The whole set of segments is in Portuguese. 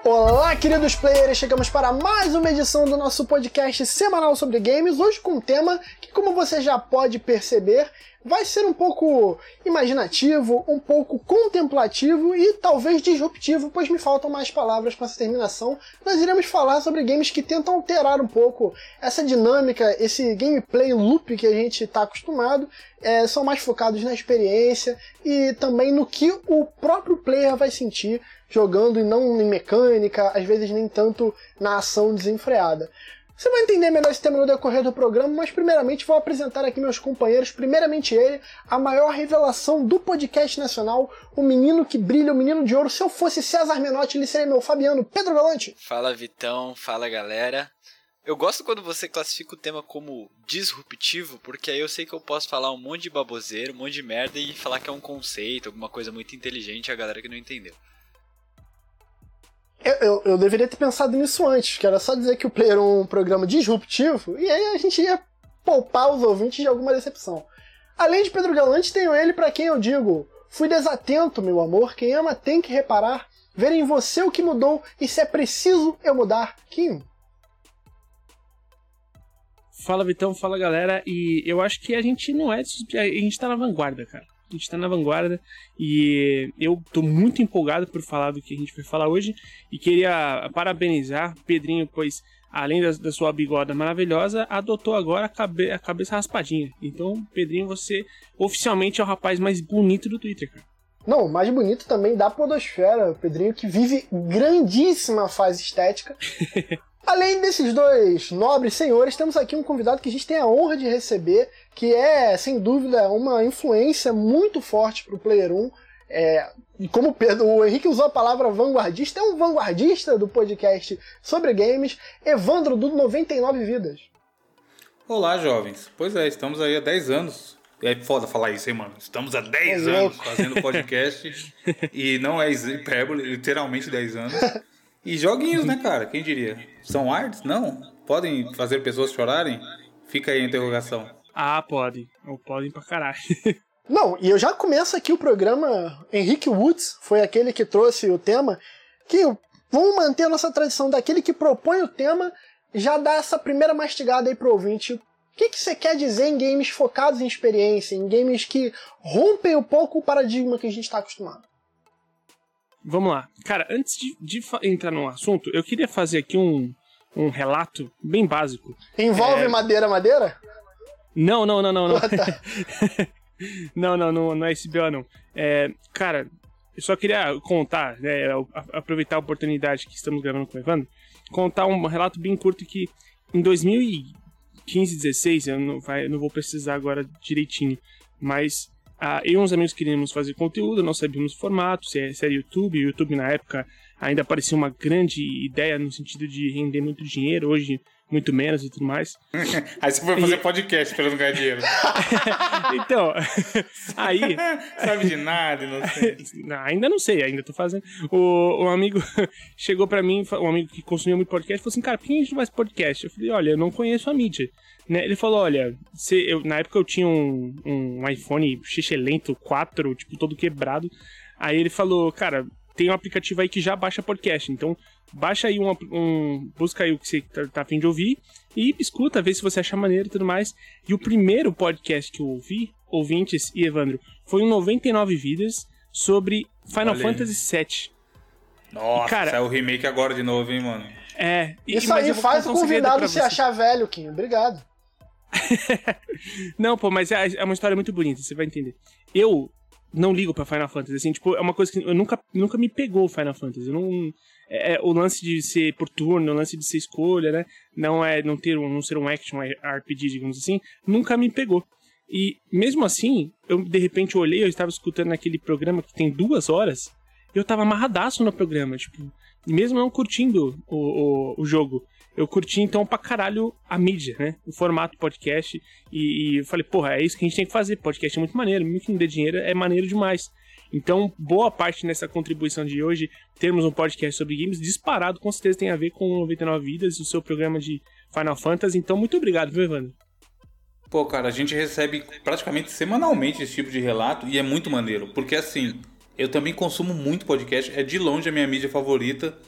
Olá, queridos players! Chegamos para mais uma edição do nosso podcast semanal sobre games, hoje com um tema que, como você já pode perceber, vai ser um pouco imaginativo, um pouco contemplativo e talvez disruptivo, pois me faltam mais palavras para essa terminação. Nós iremos falar sobre games que tentam alterar um pouco essa dinâmica, esse gameplay loop que a gente está acostumado, são mais focados na experiência e também no que o próprio player vai sentir jogando e não em mecânica, às vezes nem tanto na ação desenfreada. Você vai entender melhor esse tema no decorrer do programa, mas primeiramente vou apresentar aqui meus companheiros, primeiramente ele, a maior revelação do podcast nacional, o menino que brilha, o menino de ouro. Se eu fosse César Menotti, ele seria meu Fabiano, Pedro Galante. Fala Vitão, fala galera. Eu gosto quando você classifica o tema como disruptivo, porque aí eu sei que eu posso falar um monte de baboseiro, um monte de merda e falar que é um conceito, alguma coisa muito inteligente a galera que não entendeu. Eu deveria ter pensado nisso antes, que era só dizer que o Player é um programa disruptivo, e aí a gente ia poupar os ouvintes de alguma decepção. Além de Pedro Galante, tenho ele pra quem eu digo: fui desatento, meu amor, quem ama tem que reparar, ver em você o que mudou, e se é preciso eu mudar. Kim. Fala Vitão, fala galera, e eu acho que a gente não é, a gente tá na vanguarda, cara. A gente tá na vanguarda e eu tô muito empolgado por falar do que a gente vai falar hoje e queria parabenizar o Pedrinho, pois além da sua bigoda maravilhosa, adotou agora a cabeça raspadinha. Então, Pedrinho, você oficialmente é o rapaz mais bonito do Twitter, cara. Não, mais bonito também da podosfera, o Pedrinho que vive grandíssima fase estética. Além desses dois nobres senhores, temos aqui um convidado que a gente tem a honra de receber, que é, sem dúvida, uma influência muito forte para o Player 1. E como o Henrique usou a palavra vanguardista, é um vanguardista do podcast sobre games, Evandro, do 99 Vidas. Olá, jovens. Pois é, estamos aí há 10 anos. É foda falar isso, hein, mano? Estamos há 10 anos fazendo podcast e não é hipérbole, literalmente 10 anos. E joguinhos, né, cara? Quem diria? São artes? Não? Podem fazer pessoas chorarem? Fica aí a interrogação. Ah, podem. Ou podem pra caralho. Não, e eu já começo aqui o programa. Henrique Woods foi aquele que trouxe o tema. Que vamos manter a nossa tradição daquele que propõe o tema, já dá essa primeira mastigada aí pro ouvinte. O que você quer dizer em games focados em experiência, em games que rompem um pouco o paradigma que a gente está acostumado? Vamos lá. Cara, antes de entrar no assunto, eu queria fazer aqui um relato bem básico. Envolve madeira? Não. Ah, tá. não é esse BO, não. Cara, eu só queria contar, né, aproveitar a oportunidade que estamos gravando com o Evandro, contar um relato bem curto que em 2015, 16, eu não vou precisar agora direitinho, mas eu e uns amigos queríamos fazer conteúdo, não sabíamos o formato, se era YouTube. O YouTube na época ainda parecia uma grande ideia no sentido de render muito dinheiro, hoje muito menos e tudo mais. Aí você foi fazer podcast pra não ganhar dinheiro. Então, aí... Sabe de nada, não sei. Ainda não sei, ainda tô fazendo. Um amigo chegou pra mim, um amigo que consumia muito podcast, falou assim: cara, por que a gente não faz podcast? Eu falei: olha, eu não conheço a mídia. Né? Ele falou: olha, na época eu tinha um iPhone lento 4, tipo, todo quebrado. Aí ele falou: cara, tem um aplicativo aí que já baixa podcast, então baixa aí busca aí o que você tá a fim de ouvir e escuta, vê se você acha maneiro e tudo mais. E o primeiro podcast que eu ouvi, ouvintes e Evandro, foi um 99 Vidas sobre Final Fantasy VII. Nossa, cara, saiu o remake agora de novo, hein, mano? Isso aí faz o convidado se achar velho, Kim. Obrigado. Não, pô, mas é uma história muito bonita, você vai entender. Eu não ligo pra Final Fantasy, assim, tipo, é uma coisa que eu nunca me pegou o Final Fantasy. Eu não, o lance de ser por turno, o lance de ser escolha, né? Não ser um action RPG, digamos assim, nunca me pegou. E mesmo assim, eu de repente eu estava escutando aquele programa que tem 2 horas, eu tava amarradaço no programa, tipo, mesmo não curtindo o jogo. Eu curti então pra caralho a mídia, né? O formato podcast. E eu falei, porra, é isso que a gente tem que fazer. Podcast é muito maneiro, mesmo que não dê dinheiro, é maneiro demais. Então, boa parte nessa contribuição de hoje, termos um podcast sobre games disparado, com certeza tem a ver com 99 Vidas, o seu programa de Final Fantasy. Então, muito obrigado, viu, Evandro? Pô, cara, a gente recebe praticamente semanalmente esse tipo de relato e é muito maneiro. Porque, assim, eu também consumo muito podcast, é de longe a minha mídia favorita.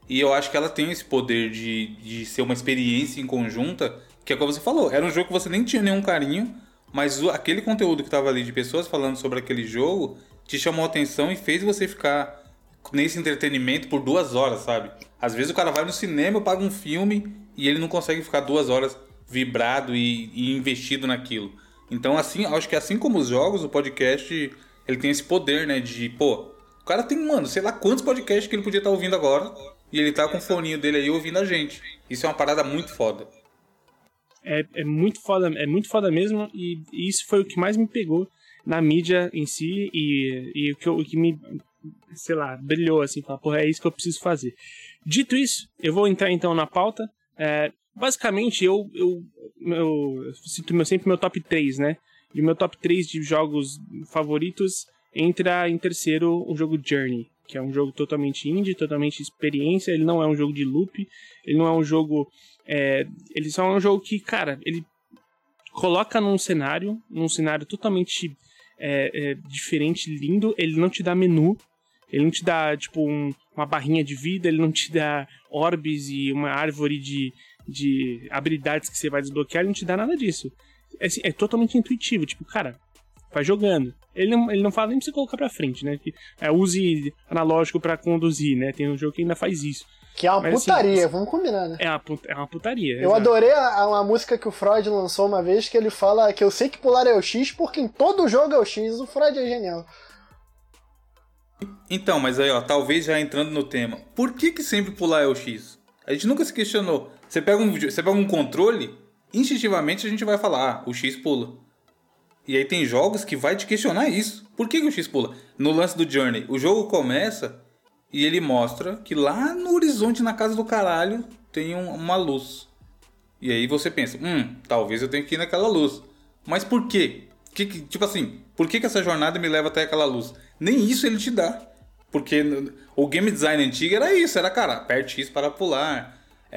E eu acho que ela tem esse poder de ser uma experiência em conjunta, que é como você falou, era um jogo que você nem tinha nenhum carinho, mas aquele conteúdo que tava ali de pessoas falando sobre aquele jogo te chamou a atenção e fez você ficar nesse entretenimento por 2 horas, sabe? Às vezes o cara vai no cinema, paga um filme e ele não consegue ficar 2 horas vibrado e investido naquilo. Então, assim, acho que assim como os jogos, o podcast, ele tem esse poder, né? De, pô, o cara tem, mano, sei lá quantos podcasts que ele podia estar ouvindo agora e ele tá com o foninho dele aí ouvindo a gente. Isso é uma parada muito foda. É muito foda mesmo, e isso foi o que mais me pegou na mídia em si, e o que me, sei lá, brilhou, assim, falar, porra, é isso que eu preciso fazer. Dito isso, eu vou entrar então na pauta. Basicamente, eu cito sempre meu top 3, né? E o meu top 3 de jogos favoritos entra em terceiro o jogo Journey, que é um jogo totalmente indie, totalmente experiência. Ele não é um jogo de loop, ele não é um jogo... ele só é um jogo que, cara, ele coloca num cenário totalmente diferente, lindo. Ele não te dá menu, ele não te dá, tipo, uma barrinha de vida, ele não te dá orbes e uma árvore de habilidades que você vai desbloquear, ele não te dá nada disso. É totalmente intuitivo, tipo, cara, vai jogando. Ele não fala nem pra você colocar pra frente, né? Use analógico pra conduzir, né? Tem um jogo que ainda faz isso. Que é uma putaria, assim, vamos combinar, né? É uma putaria. Eu adorei uma música que o Freud lançou uma vez, que ele fala que eu sei que pular é o X, porque em todo jogo é o X. O Freud é genial. Então, mas aí, ó, talvez já entrando no tema, por que sempre pular é o X? A gente nunca se questionou. Você pega um controle, instintivamente a gente vai falar, o X pula. E aí tem jogos que vai te questionar isso. Por que o X pula? No lance do Journey, o jogo começa e ele mostra que lá no horizonte, na casa do caralho, tem uma luz. E aí você pensa, talvez eu tenha que ir naquela luz. Mas por quê? Tipo assim, por que essa jornada me leva até aquela luz? Nem isso ele te dá. Porque o game design antigo era isso, era, cara, aperte X para pular.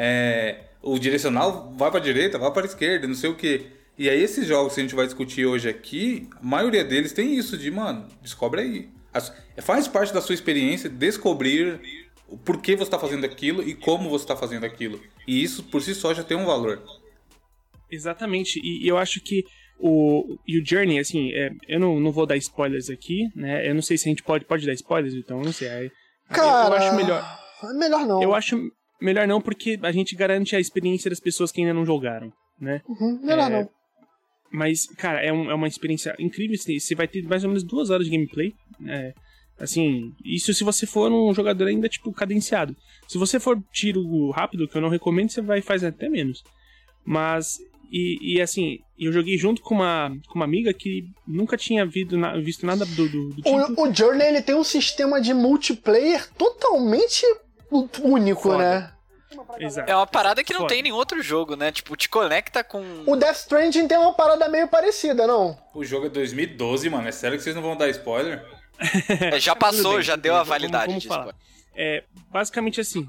O direcional vai para a direita, vai para a esquerda, não sei o quê. E aí esses jogos que a gente vai discutir hoje aqui, a maioria deles tem isso de, mano, descobre aí. Faz parte da sua experiência descobrir o porquê você está fazendo aquilo e como você está fazendo aquilo. E isso por si só já tem um valor. Exatamente, e eu acho que o Journey, assim, eu não vou dar spoilers aqui, né? Eu não sei se a gente pode dar spoilers, então eu não sei. Cara, eu acho melhor. Melhor não. Eu acho melhor não, porque a gente garante a experiência das pessoas que ainda não jogaram, né? Melhor não. Mas, cara, é uma experiência incrível. Você vai ter mais ou menos 2 horas de gameplay. Assim, isso se você for um jogador ainda, tipo, cadenciado. Se você for tiro rápido, que eu não recomendo, você vai fazer até menos. Mas, assim, eu joguei junto com uma amiga que nunca tinha visto nada do tipo. O Journey, ele tem um sistema de multiplayer totalmente único, foda, né? Exato. É uma parada que não tem em nenhum outro jogo, né? Tipo, te conecta com... O Death Stranding tem uma parada meio parecida, não? O jogo é 2012, mano. É sério que vocês não vão dar spoiler? Já passou, bem, já deu a validade vamos falar. Basicamente assim.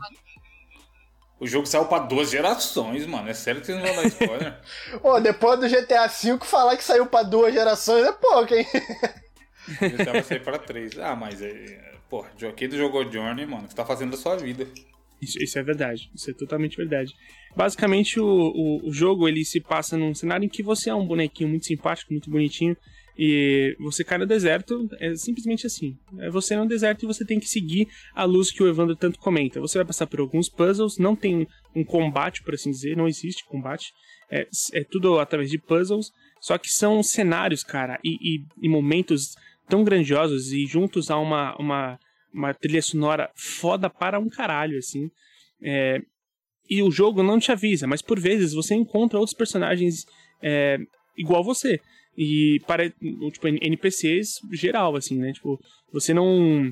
O jogo saiu pra 2 gerações, mano. É sério que vocês não vão dar spoiler? Depois do GTA V, falar que saiu pra 2 gerações é pouco, hein? O GTA vai sair pra 3. Mas porra, aqui do jogou Journey, mano. O que você tá fazendo da sua vida? Isso é verdade, isso é totalmente verdade. Basicamente, o jogo, ele se passa num cenário em que você é um bonequinho muito simpático, muito bonitinho, e você cai no deserto, é simplesmente assim. É você no deserto e você tem que seguir a luz que o Evandro tanto comenta. Você vai passar por alguns puzzles, não tem um combate, por assim dizer, não existe combate. É tudo através de puzzles, só que são cenários, cara, e momentos tão grandiosos e juntos a uma trilha sonora foda para um caralho, assim. E o jogo não te avisa, mas por vezes você encontra outros personagens igual você. E para, tipo, NPCs geral, assim, né? Tipo, você não...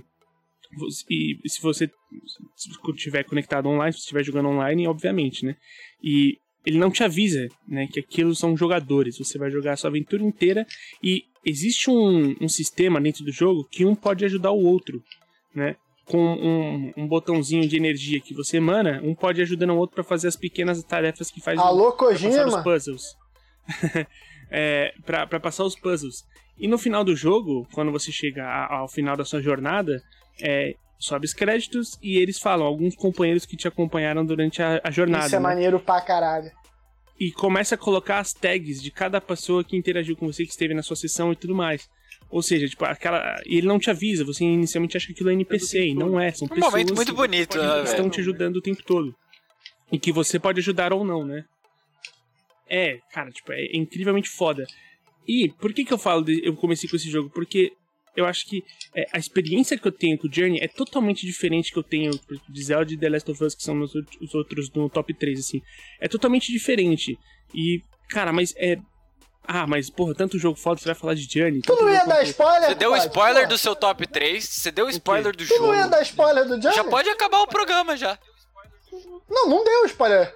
E se você estiver conectado online, se você estiver jogando online, obviamente, né? E ele não te avisa, né, que aquilo são jogadores. Você vai jogar a sua aventura inteira e existe um sistema dentro do jogo que um pode ajudar o outro, né? Com um botãozinho de energia que você emana, um pode ajudar o outro para fazer as pequenas tarefas que faz Alô, pra passar os Kojima? puzzles. Pra passar os puzzles. E no final do jogo, quando você chega ao final da sua jornada, sobe os créditos e eles falam alguns companheiros que te acompanharam durante a jornada. Isso é maneiro pra caralho. E começa a colocar as tags de cada pessoa que interagiu com você, que esteve na sua sessão e tudo mais. Ou seja, tipo, e ele não te avisa, você inicialmente acha que aquilo é NPC, e não é, são pessoas momento muito bonito, que estão te ajudando o tempo todo. E que você pode ajudar ou não, né? Cara, tipo, é incrivelmente foda. E por que eu falo eu comecei com esse jogo? Porque eu acho que a experiência que eu tenho com o Journey é totalmente diferente que eu tenho de Zelda e The Last of Us, que são os outros no top 3, assim. É totalmente diferente. E, cara, mas mas, porra, tanto jogo foda, você vai falar de Journey. Tu não ia dar spoiler? Você deu spoiler do seu top 3, você deu spoiler do jogo. Tu não ia dar spoiler do Journey? Já pode acabar o programa, já. Não deu spoiler.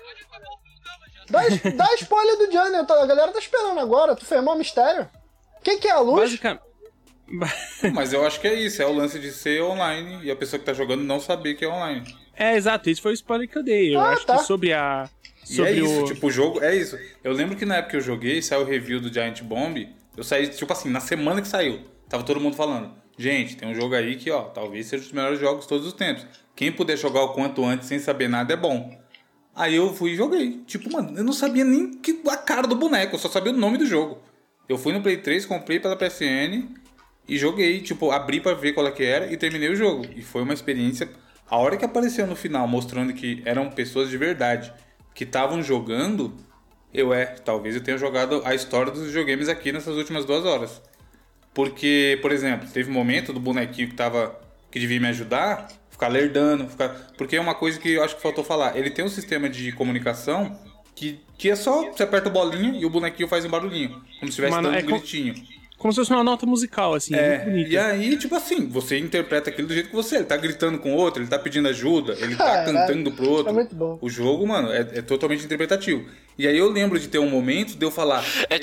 Dá spoiler do Journey, a galera tá esperando agora, tu firmou o mistério. Quem que é a luz? Basicamente... Mas eu acho que é isso, é o lance de ser online e a pessoa que tá jogando não saber que é online. Exato, esse foi o spoiler que eu dei. Eu acho que sobre a... E é isso, tipo, o jogo é isso. Eu lembro que na época que eu joguei, saiu o review do Giant Bomb, eu saí, tipo assim, na semana que saiu, tava todo mundo falando, gente, tem um jogo aí que, talvez seja um dos melhores jogos de todos os tempos. Quem puder jogar o quanto antes sem saber nada é bom. Aí eu fui e joguei. Tipo, mano, eu não sabia nem a cara do boneco, eu só sabia o nome do jogo. Eu fui no Play 3, comprei pela PSN e joguei, tipo, abri pra ver qual é que era e terminei o jogo. E foi uma experiência... A hora que apareceu no final, mostrando que eram pessoas de verdade que estavam jogando, talvez eu tenha jogado a história dos videogames aqui nessas últimas 2 horas. Porque, por exemplo, teve um momento do bonequinho que devia me ajudar, ficar lerdando, porque é uma coisa que eu acho que faltou falar. Ele tem um sistema de comunicação que é só, você aperta a bolinha e o bonequinho faz um barulhinho, como se estivesse dando um gritinho. Como se fosse uma nota musical, assim, muito bonita. E aí, tipo assim, você interpreta aquilo do jeito que ele tá gritando com o outro, ele tá pedindo ajuda, ele tá cantando pro outro. É muito bom. O jogo, mano, é totalmente interpretativo. E aí eu lembro de ter um momento de eu falar... É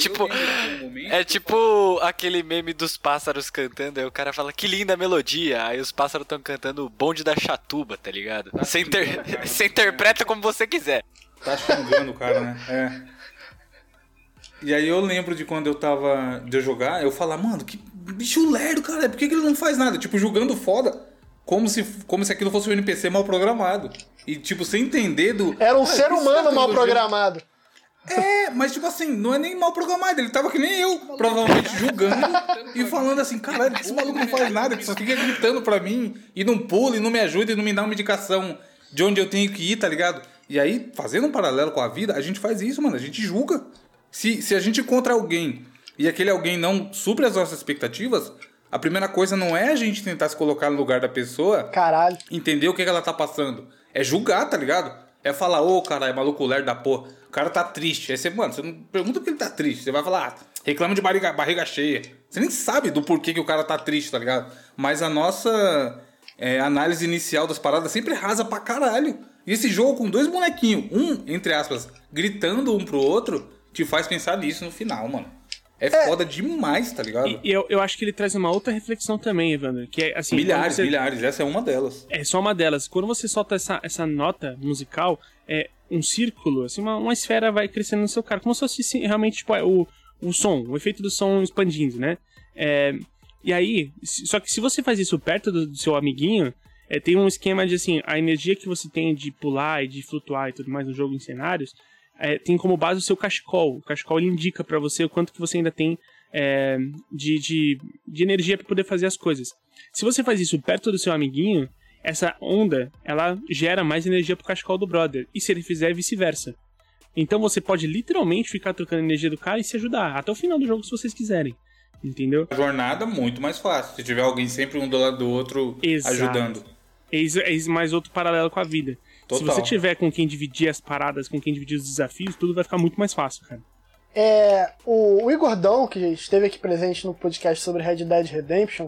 tipo aquele meme dos pássaros cantando, aí o cara fala, que linda melodia, aí os pássaros estão cantando o bonde da chatuba, tá ligado? Você interpreta como você quiser. Tá xingando o cara, né? E aí eu lembro de quando de eu jogar, eu falar, mano, que bicho lerdo, cara, por que ele não faz nada? Tipo, jogando foda, como se aquilo fosse um NPC mal programado. E tipo, sem entender Era um ser humano mal programado. Mas tipo assim, não é nem mal programado, ele tava que nem eu, provavelmente julgando e falando assim, caralho, esse maluco não faz nada, que só fica gritando pra mim, e não pula, e não me ajuda, e não me dá uma indicação de onde eu tenho que ir, tá ligado? E aí, fazendo um paralelo com a vida, a gente faz isso, mano, a gente julga. Se a gente encontra alguém e aquele alguém não supre as nossas expectativas, a primeira coisa não é a gente tentar se colocar no lugar da pessoa, caralho, entender o que ela tá passando. É julgar, tá ligado? É falar, caralho, maluco lerdo da porra, o cara tá triste. Aí você não pergunta porque ele tá triste, você vai falar, reclama de barriga cheia. Você nem sabe do porquê que o cara tá triste, tá ligado? Mas a nossa análise inicial das paradas sempre rasa pra caralho. E esse jogo com 2 bonequinhos, entre aspas, gritando um pro outro, te faz pensar nisso no final, mano. Foda demais, tá ligado? E eu acho que ele traz uma outra reflexão também, Evandro, que é assim... Milhares, essa é uma delas. É só uma delas. Quando você solta essa nota musical, um círculo, assim, uma esfera vai crescendo no seu cara, como se fosse realmente tipo, o som, o efeito do som expandindo, né? E aí, só que se você faz isso perto do seu amiguinho, tem um esquema de, assim, a energia que você tem de pular e de flutuar e tudo mais no jogo em cenários, tem como base o seu cachecol. O cachecol ele indica pra você o quanto que você ainda tem de energia pra poder fazer as coisas. Se você faz isso perto do seu amiguinho, essa onda, ela gera mais energia pro cachecol do brother. E se ele fizer, vice-versa. Então você pode literalmente ficar trocando energia do cara e se ajudar, até o final do jogo se vocês quiserem. Entendeu? A jornada muito mais fácil, se tiver alguém sempre um do lado do outro. Exato. Ajudando. Eis mais outro paralelo com a vida. Total. Se você tiver com quem dividir as paradas, com quem dividir os desafios, tudo vai ficar muito mais fácil, cara. O Igor Dão, que esteve aqui presente no podcast sobre Red Dead Redemption,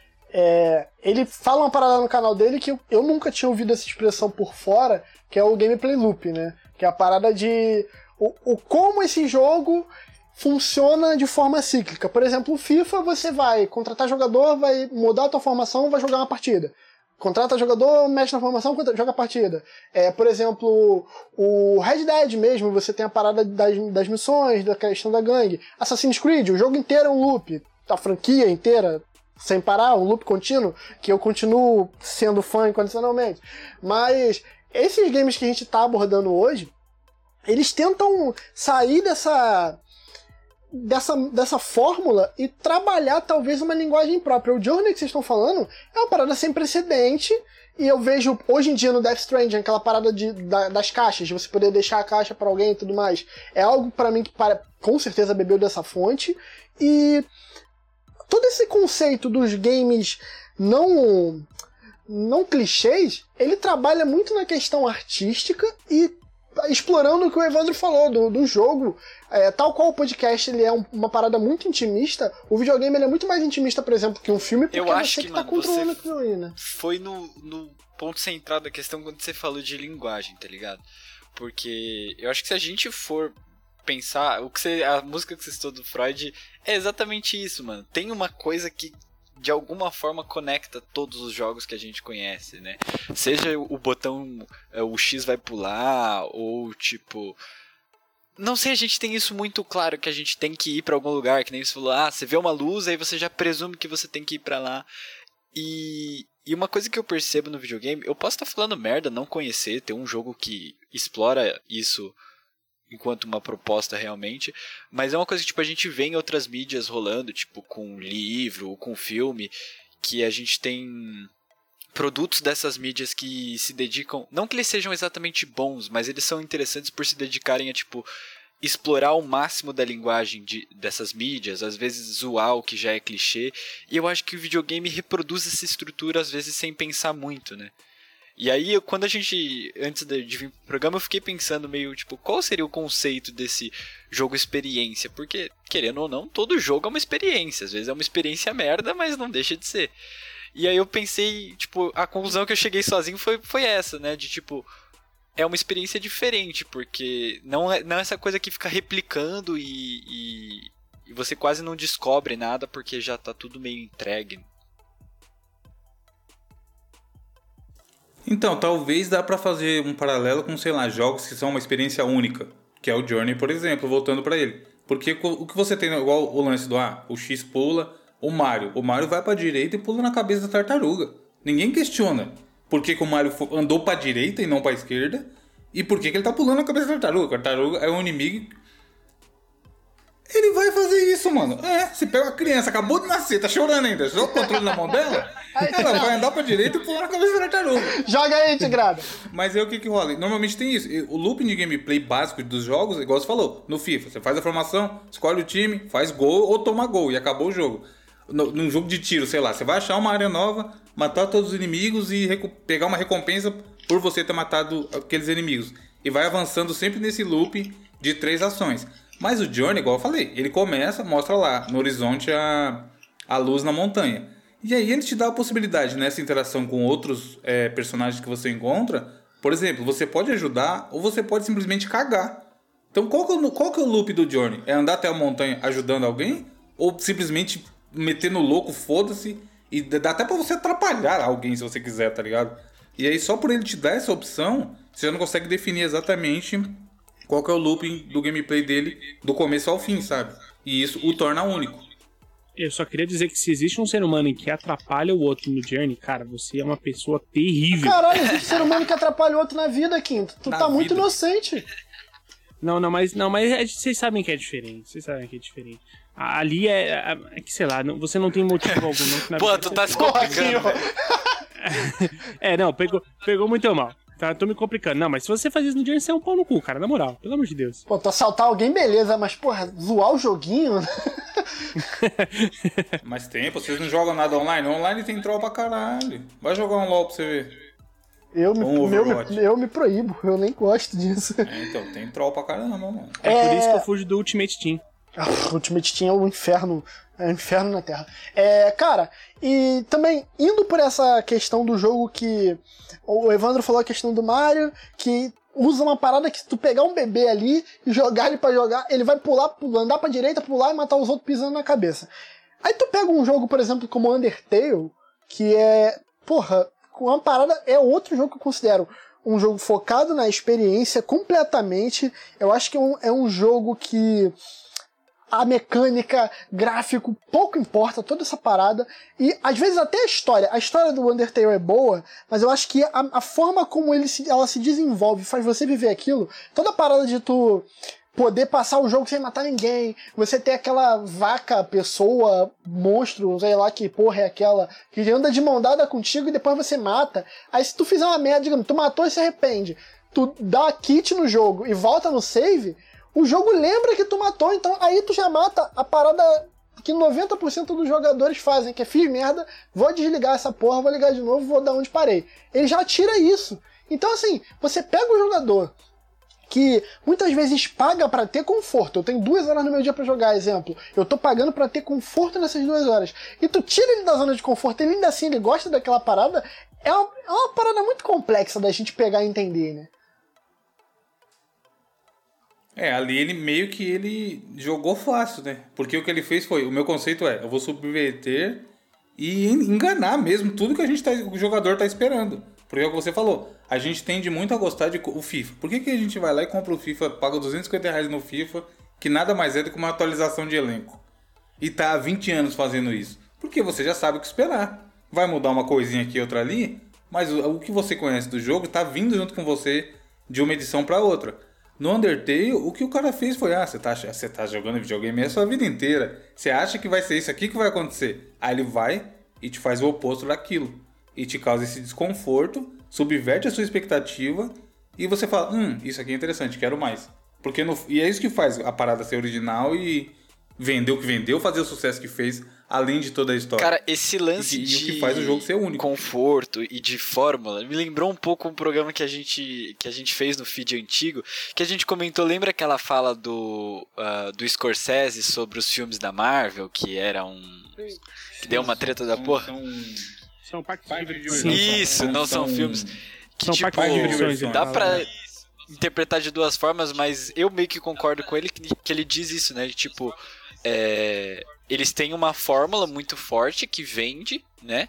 ele fala uma parada no canal dele que eu nunca tinha ouvido essa expressão por fora, que é o gameplay loop, né? Que é a parada de como esse jogo funciona de forma cíclica. Por exemplo, o FIFA, você vai contratar jogador, vai mudar a tua formação, vai jogar uma partida. Contrata jogador, mexe na formação, joga a partida. Por exemplo, o Red Dead mesmo, você tem a parada das missões, da questão da gangue. Assassin's Creed, o jogo inteiro é um loop. A franquia inteira, sem parar, um loop contínuo, que eu continuo sendo fã incondicionalmente. Mas esses games que a gente tá abordando hoje, eles tentam sair dessa fórmula e trabalhar talvez uma linguagem própria. O Journey que vocês estão falando é uma parada sem precedente, e eu vejo hoje em dia no Death Stranding aquela parada das caixas, de você poder deixar a caixa pra alguém e tudo mais. É algo pra mim que com certeza bebeu dessa fonte, e todo esse conceito dos games não clichês, ele trabalha muito na questão artística e explorando o que o Evandro falou do jogo. Tal qual o podcast ele é uma parada muito intimista, o videogame ele é muito mais intimista, por exemplo, que um filme, porque eu acho você que tá controlando aquilo aí, né? Foi no ponto central da questão quando você falou de linguagem, tá ligado? Porque eu acho que se a gente for pensar, a música que você citou do Freud é exatamente isso, mano. Tem uma coisa que de alguma forma conecta todos os jogos que a gente conhece, né? Seja o botão, o X vai pular, ou tipo... Não sei, a gente tem isso muito claro, que a gente tem que ir pra algum lugar, que nem você falou, você vê uma luz, aí você já presume que você tem que ir pra lá. E uma coisa que eu percebo no videogame, eu posso estar falando merda, não conhecer, ter um jogo que explora isso enquanto uma proposta realmente, mas é uma coisa que tipo, a gente vê em outras mídias rolando, tipo com livro, com filme, que a gente tem produtos dessas mídias que se dedicam, não que eles sejam exatamente bons, mas eles são interessantes por se dedicarem a tipo explorar o máximo da linguagem dessas mídias, às vezes zoar o que já é clichê, e eu acho que o videogame reproduz essa estrutura às vezes sem pensar muito, né? E aí, quando a gente, antes de vir pro programa, eu fiquei pensando meio, tipo, qual seria o conceito desse jogo experiência? Porque, querendo ou não, todo jogo é uma experiência. Às vezes é uma experiência merda, mas não deixa de ser. E aí eu pensei, tipo, a conclusão que eu cheguei sozinho foi essa, né? De, tipo, é uma experiência diferente, porque não é essa coisa que fica replicando e você quase não descobre nada, porque já tá tudo meio entregue. Então, talvez dá pra fazer um paralelo com, sei lá, jogos que são uma experiência única, que é o Journey, por exemplo, voltando pra ele. Porque o que você tem, igual o lance do o X pula, o Mario vai pra direita e pula na cabeça da tartaruga. Ninguém questiona por que o Mario andou pra direita e não pra esquerda, e por que ele tá pulando na cabeça da tartaruga. A tartaruga é um inimigo. Ele vai fazer isso, mano. Você pega uma criança, acabou de nascer, tá chorando ainda, joga o controle na mão dela, ela vai andar pra direita e pular na cabeça da tartaruga. Joga aí, Tigrada. Mas aí o que rola? Normalmente tem isso. O looping de gameplay básico dos jogos, igual você falou, no FIFA, você faz a formação, escolhe o time, faz gol ou toma gol e acabou o jogo. Num jogo de tiro, sei lá, você vai achar uma área nova, matar todos os inimigos e pegar uma recompensa por você ter matado aqueles inimigos. E vai avançando sempre nesse loop de 3 ações. Mas o Journey, igual eu falei, ele começa, mostra lá no horizonte a luz na montanha. E aí ele te dá a possibilidade, nessa interação com outros personagens que você encontra, por exemplo, você pode ajudar ou você pode simplesmente cagar. Então qual que é o loop do Journey? É andar até a montanha ajudando alguém? Ou simplesmente meter no louco, foda-se, e dá até pra você atrapalhar alguém se você quiser, tá ligado? E aí só por ele te dar essa opção, você não consegue definir exatamente qual que é o looping do gameplay dele do começo ao fim, sabe? E isso o torna único. Eu só queria dizer que se existe um ser humano que atrapalha o outro no Journey, cara, você é uma pessoa terrível. Caralho, existe ser humano que atrapalha o outro na vida, Quinto. Tu tá muito inocente. Não, mas vocês sabem que é diferente. Ali é que, sei lá, você não tem motivo algum. Não, pô, tu tá se complicando, velho. Não, pegou muito mal. Tá, tô me complicando. Não, mas se você faz isso no Journey, você é um pau no cu, cara, na moral. Pelo amor de Deus. Pô, tu assaltar alguém, beleza, mas, porra, zoar o joguinho... Mas tem, vocês não jogam nada online? Online tem troll pra caralho. Vai jogar um LoL pra você ver. Eu me proíbo, eu nem gosto disso. Então, tem troll pra caramba, mano. É por isso que eu fujo do Ultimate Team. O Ultimate Team é um inferno. É um inferno na Terra. Cara, e também, indo por essa questão do jogo que... O Evandro falou a questão do Mario, que usa uma parada que se tu pegar um bebê ali e jogar ele pra jogar, ele vai pular, andar pra direita, pular e matar os outros pisando na cabeça. Aí tu pega um jogo, por exemplo, como Undertale, que é... Porra, uma parada... É outro jogo que eu considero um jogo focado na experiência completamente. Eu acho que é um jogo que... a mecânica, gráfico, pouco importa, toda essa parada. E às vezes até a história do Undertale é boa, mas eu acho que a forma como ela se desenvolve, faz você viver aquilo, toda a parada de tu poder passar o jogo sem matar ninguém, você ter aquela vaca, pessoa, monstro, sei lá que porra é aquela, que anda de mão dada contigo e depois você mata. Aí se tu fizer uma merda, digamos, tu matou e se arrepende, tu dá kit no jogo e volta no save, o jogo lembra que tu matou, então aí tu já mata a parada que 90% dos jogadores fazem, que é fiz merda, vou desligar essa porra, vou ligar de novo, vou dar onde parei. Ele já tira isso. Então assim, você pega o jogador que muitas vezes paga pra ter conforto. Eu tenho 2 horas no meu dia pra jogar, exemplo. Eu tô pagando pra ter conforto nessas 2 horas. E tu tira ele da zona de conforto, ele ainda assim ele gosta daquela parada. É uma parada muito complexa da gente pegar e entender, né? Ali ele meio que ele jogou fácil, né? Porque o que ele fez foi, o meu conceito eu vou subverter e enganar mesmo tudo que o jogador tá esperando. Porque é o que você falou, a gente tende muito a gostar de o FIFA. Por que a gente vai lá e compra o FIFA, paga R$250 no FIFA, que nada mais é do que uma atualização de elenco? E tá há 20 anos fazendo isso. Porque você já sabe o que esperar. Vai mudar uma coisinha aqui e outra ali, mas o que você conhece do jogo tá vindo junto com você de uma edição para outra. No Undertale, o que o cara fez foi, você tá jogando videogame a sua vida inteira. Você acha que vai ser isso aqui que vai acontecer. Aí ele vai e te faz o oposto daquilo. E te causa esse desconforto, subverte a sua expectativa e você fala, isso aqui é interessante, quero mais. E é isso que faz a parada ser original e vender o que vendeu, fazer o sucesso que fez, além de toda a história. Cara, esse lance e o que faz o jogo ser único. Conforto e de fórmula me lembrou um pouco um programa que a gente fez no feed antigo, que a gente comentou, lembra aquela fala do Scorsese sobre os filmes da Marvel, que era que deu uma treta da porra? São parques de diversões. Isso, não são filmes que são tipo, parques de diversões, dá pra interpretar de duas formas, mas eu meio que concordo com ele que ele diz isso, né? Tipo, eles têm uma fórmula muito forte que vende, né?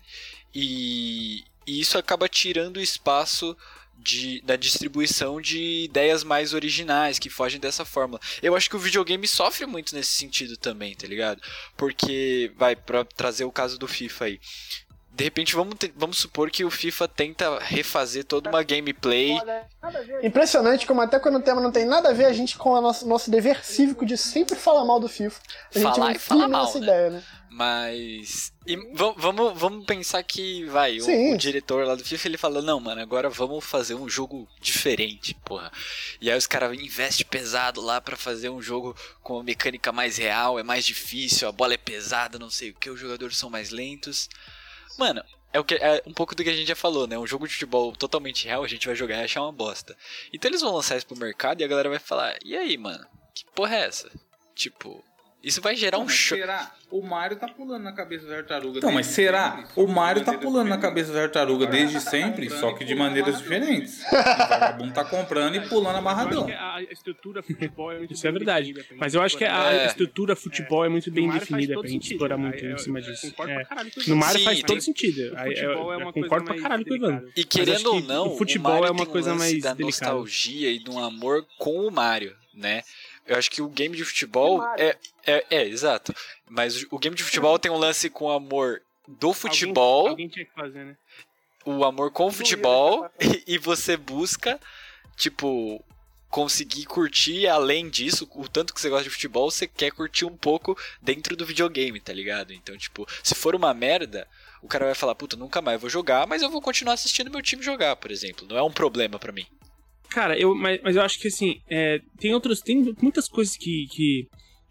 E isso acaba tirando o espaço da distribuição de ideias mais originais que fogem dessa fórmula. Eu acho que o videogame sofre muito nesse sentido também, tá ligado? Porque, pra trazer o caso do FIFA aí, de repente vamos supor que o FIFA tenta refazer toda uma gameplay. Impressionante como até quando o tema não tem nada a ver, a gente com o nosso dever cívico de sempre falar mal do FIFA. A gente falar e falar mal, essa ideia, né? Mas vamos pensar que o diretor lá do FIFA, ele fala, não, mano, agora vamos fazer um jogo diferente, porra. E aí os caras investem pesado lá pra fazer um jogo com uma mecânica mais real, é mais difícil, a bola é pesada, não sei o que, os jogadores são mais lentos. Mano, é um pouco do que a gente já falou, né? Um jogo de futebol totalmente real, a gente vai jogar e achar uma bosta. Então eles vão lançar isso pro mercado e a galera vai falar, e aí, mano? Que porra é essa? Tipo, isso vai gerar um choque. Será? O Mario tá pulando na cabeça da tartaruga. Não, mas será? O Mario tá pulando na cabeça da tartaruga desde sempre, só que de maneiras diferentes. O vagabundo tá comprando e pulando amarradão. A estrutura futebol é muito Isso é verdade. Mas eu acho que a estrutura futebol é muito bem definida pra gente explorar muito em cima disso. No Mario faz todo sentido. Eu concordo pra caralho com o Ivan. E querendo ou não, o futebol é uma coisa mais da delicada. Nostalgia e de um amor com o Mario, né? Eu acho que o game de futebol exato. Mas o game de futebol tem um lance com o amor do futebol. Alguém tinha que fazer, né? O amor com o futebol e você busca, tipo, conseguir curtir além disso, o tanto que você gosta de futebol, você quer curtir um pouco dentro do videogame, tá ligado? Então, tipo, se for uma merda, o cara vai falar, puta, nunca mais vou jogar, mas eu vou continuar assistindo meu time jogar, por exemplo. Não é um problema pra mim. Cara, mas eu acho que assim, tem muitas coisas que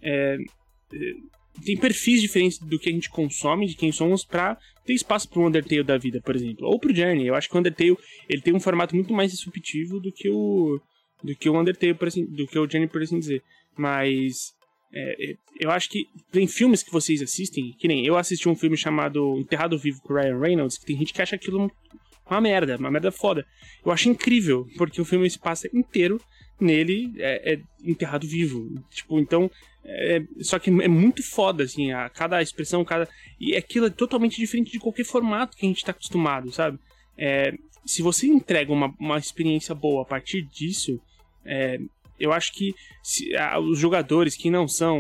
tem perfis diferentes do que a gente consome, de quem somos, pra ter espaço pro Undertale da vida, por exemplo. Ou pro Journey. Eu acho que o Undertale ele tem um formato muito mais disruptivo do que o Undertale, do que o Journey, por assim dizer. Mas eu acho que tem filmes que vocês assistem, que nem eu assisti um filme chamado Enterrado Vivo com o Ryan Reynolds, que tem gente que acha aquilo uma merda foda. Eu acho incrível, porque o filme se passa inteiro nele enterrado vivo. Tipo, então, só que é muito foda, assim, cada expressão, e aquilo é totalmente diferente de qualquer formato que a gente tá acostumado, sabe? Se você entrega uma experiência boa a partir disso, eu acho que os jogadores que não são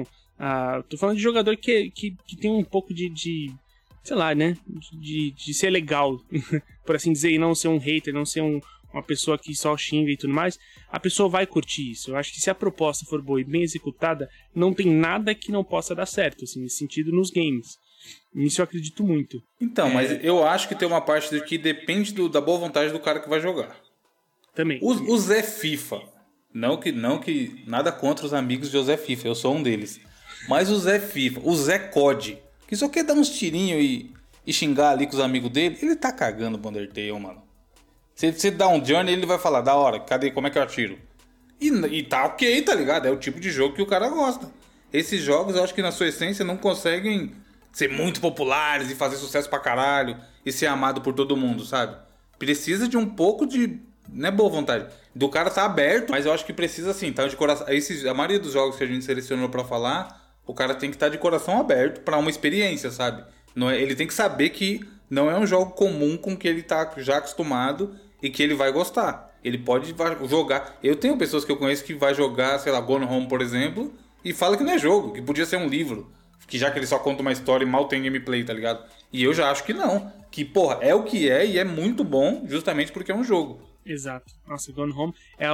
Tô falando de jogador que tem um pouco de sei lá, né? De ser legal, por assim dizer, e não ser um hater, não ser uma pessoa que só xinga e tudo mais. A pessoa vai curtir isso. Eu acho que se a proposta for boa e bem executada, não tem nada que não possa dar certo, assim, nesse sentido, nos games. Nisso eu acredito muito. Então, mas eu acho que tem uma parte do que depende da boa vontade do cara que vai jogar. Também. O Zé FIFA, não que nada contra os amigos de Zé FIFA, eu sou um deles. Mas o Zé FIFA, o Zé COD, que só quer dar uns tirinhos e xingar ali com os amigos dele, ele tá cagando o Undertale, mano. Se você dá um journey, ele vai falar, da hora, cadê, como é que eu atiro? E tá ok, tá ligado? É o tipo de jogo que o cara gosta. Esses jogos, eu acho que na sua essência não conseguem ser muito populares e fazer sucesso pra caralho e ser amado por todo mundo, sabe? Precisa de um pouco de, não é boa vontade, do cara tá aberto, mas eu acho que precisa assim, tá de coração. A maioria dos jogos que a gente selecionou pra falar, o cara tem que estar de coração aberto pra uma experiência, sabe? Não é, ele tem que saber que não é um jogo comum com que ele tá já acostumado e que ele vai gostar. Ele pode jogar. Eu tenho pessoas que eu conheço que vai jogar, sei lá, Gone Home, por exemplo, e fala que não é jogo, que podia ser um livro. Que já que ele só conta uma história e mal tem gameplay, tá ligado? E eu já acho que não. Que, porra, é o que é e é muito bom justamente porque é um jogo. Exato. Nossa, Gone Home é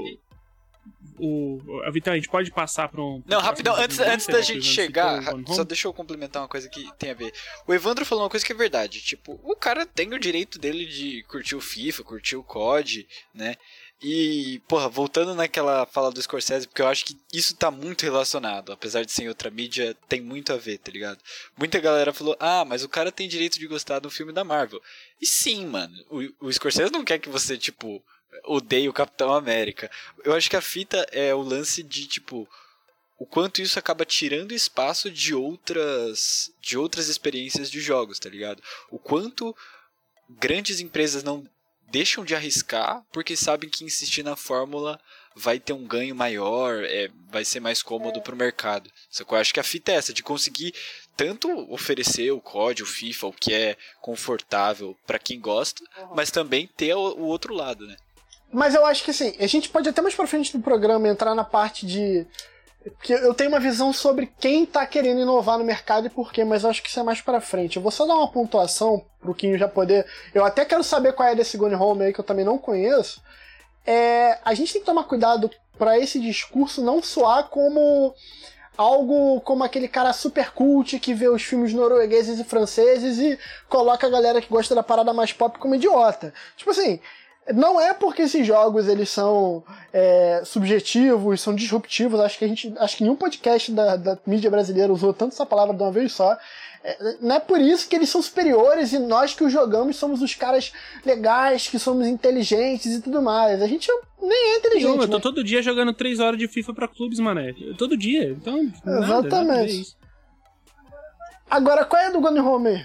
Vitor, a gente pode passar para um... Não, rapidão, antes da gente chegar, só deixa eu complementar uma coisa que tem a ver. O Evandro falou uma coisa que é verdade, tipo, o cara tem o direito dele de curtir o FIFA, curtir o COD, né? E, porra, voltando naquela fala do Scorsese, porque eu acho que isso tá muito relacionado, apesar de ser em outra mídia, tem muito a ver, tá ligado? Muita galera falou, mas o cara tem direito de gostar do filme da Marvel. E sim, mano, o Scorsese não quer que você, tipo, odeie o Capitão América. Eu acho que a fita é o lance de, tipo, o quanto isso acaba tirando espaço de outras experiências de jogos, tá ligado? O quanto grandes empresas não deixam de arriscar porque sabem que insistir na fórmula vai ter um ganho maior, vai ser mais cômodo pro mercado. Só que eu acho que a fita é essa, de conseguir tanto oferecer o COD, o FIFA, o que é confortável pra quem gosta, mas também ter o outro lado, né? Mas eu acho que assim, a gente pode até mais pra frente do programa entrar na parte de... Porque eu tenho uma visão sobre quem tá querendo inovar no mercado e por quê, mas eu acho que isso é mais pra frente. Eu vou só dar uma pontuação pro Quinho já poder... Eu até quero saber qual é desse Gone Home aí, que eu também não conheço. A gente tem que tomar cuidado pra esse discurso não soar como algo como aquele cara super cult que vê os filmes noruegueses e franceses e coloca a galera que gosta da parada mais pop como idiota. Tipo assim... Não é porque esses jogos eles são subjetivos, são disruptivos. Acho que nenhum podcast da mídia brasileira usou tanto essa palavra de uma vez só. Não é por isso que eles são superiores e nós que os jogamos somos os caras legais, que somos inteligentes e tudo mais. A gente nem é inteligente. Eu tô todo dia jogando 3 horas de FIFA pra clubes, mané. Todo dia. Então, exatamente. Nada Agora, qual é a do Gone Home?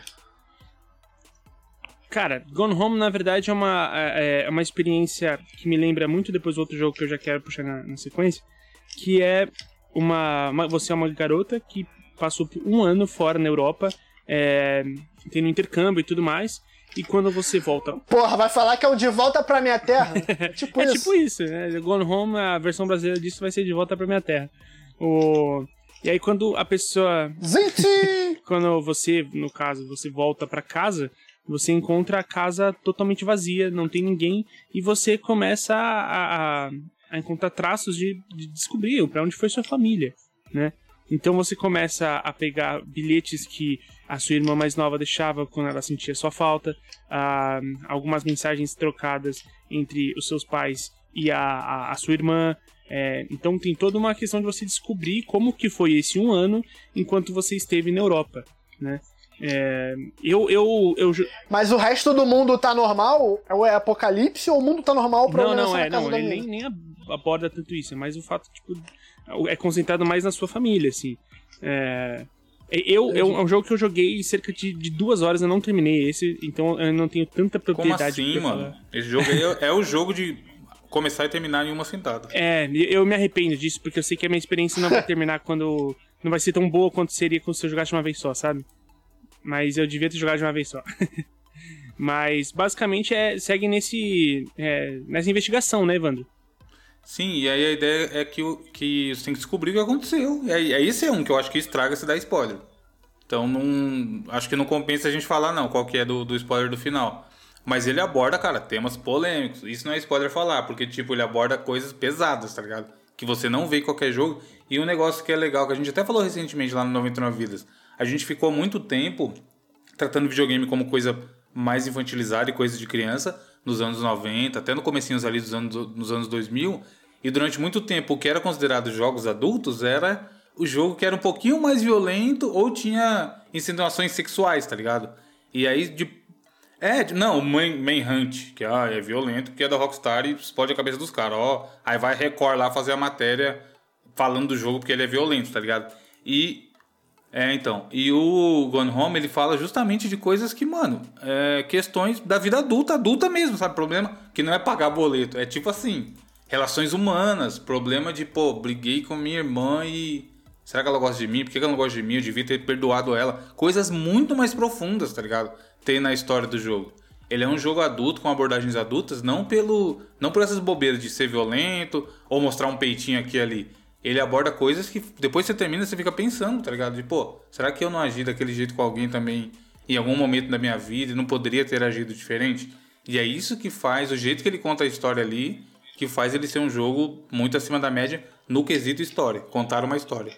Cara, Gone Home, na verdade, é uma experiência que me lembra muito depois do outro jogo que eu já quero puxar na sequência, que é você é uma garota que passou um ano fora na Europa, tendo intercâmbio e tudo mais, e quando você volta... Porra, vai falar que é o De Volta Pra Minha Terra? Tipo isso. Tipo isso, né? Gone Home, a versão brasileira disso vai ser De Volta Pra Minha Terra. E aí quando a pessoa... Quando você, no caso, você volta pra casa... Você encontra a casa totalmente vazia, não tem ninguém, e você começa a encontrar traços de descobrir para onde foi sua família, né? Então você começa a pegar bilhetes que a sua irmã mais nova deixava quando ela sentia sua falta, algumas mensagens trocadas entre os seus pais e a sua irmã. Então tem toda uma questão de você descobrir como que foi esse um ano enquanto você esteve na Europa, né? Mas o resto do mundo tá normal? Ou é apocalipse ou o mundo tá normal? O problema não, ele nem aborda tanto isso, mas o fato, tipo, é concentrado mais na sua família, assim. É um jogo que eu joguei cerca de 2 horas, eu não terminei esse, então eu não tenho tanta propriedade. Como assim, mano? Esse jogo aí é o jogo de começar e terminar em uma sentada. Eu me arrependo disso, porque eu sei que a minha experiência não vai terminar quando... Não vai ser tão boa quanto seria se eu jogasse de uma vez só, sabe? Mas eu devia ter jogado de uma vez só. Mas, basicamente, segue nessa investigação, né, Evandro? Sim, e aí a ideia é que você tem que descobrir o que aconteceu. E aí esse é um que eu acho que estraga se dá spoiler. Então acho que não compensa a gente falar não, qual que é do spoiler do final. Mas ele aborda, cara, temas polêmicos. Isso não é spoiler falar, porque tipo, ele aborda coisas pesadas, tá ligado? Que você não vê em qualquer jogo. E um negócio que é legal, que a gente até falou recentemente lá no 99 Vidas. A gente ficou muito tempo tratando videogame como coisa mais infantilizada e coisa de criança, nos anos 90, até no comecinho ali nos anos 2000. E durante muito tempo, o que era considerado jogos adultos era o jogo que era um pouquinho mais violento ou tinha insinuações sexuais, tá ligado? E aí, o Manhunt, que é violento, que é da Rockstar e explode a cabeça dos caras, ó. Aí vai Record lá fazer a matéria falando do jogo porque ele é violento, tá ligado? E o Gone Home, ele fala justamente de coisas que, mano, questões da vida adulta mesmo, sabe? Problema que não é pagar boleto, é tipo assim, relações humanas, problema de, briguei com minha irmã e será que ela gosta de mim? Por que ela não gosta de mim? Eu devia ter perdoado ela. Coisas muito mais profundas, tá ligado? Tem na história do jogo. Ele é um jogo adulto, com abordagens adultas, não por essas bobeiras de ser violento ou mostrar um peitinho aqui e ali. Ele aborda coisas que depois que você termina, você fica pensando, tá ligado? De, será que eu não agi daquele jeito com alguém também em algum momento da minha vida e não poderia ter agido diferente? E é isso que faz, o jeito que ele conta a história ali, que faz ele ser um jogo muito acima da média no quesito história, contar uma história.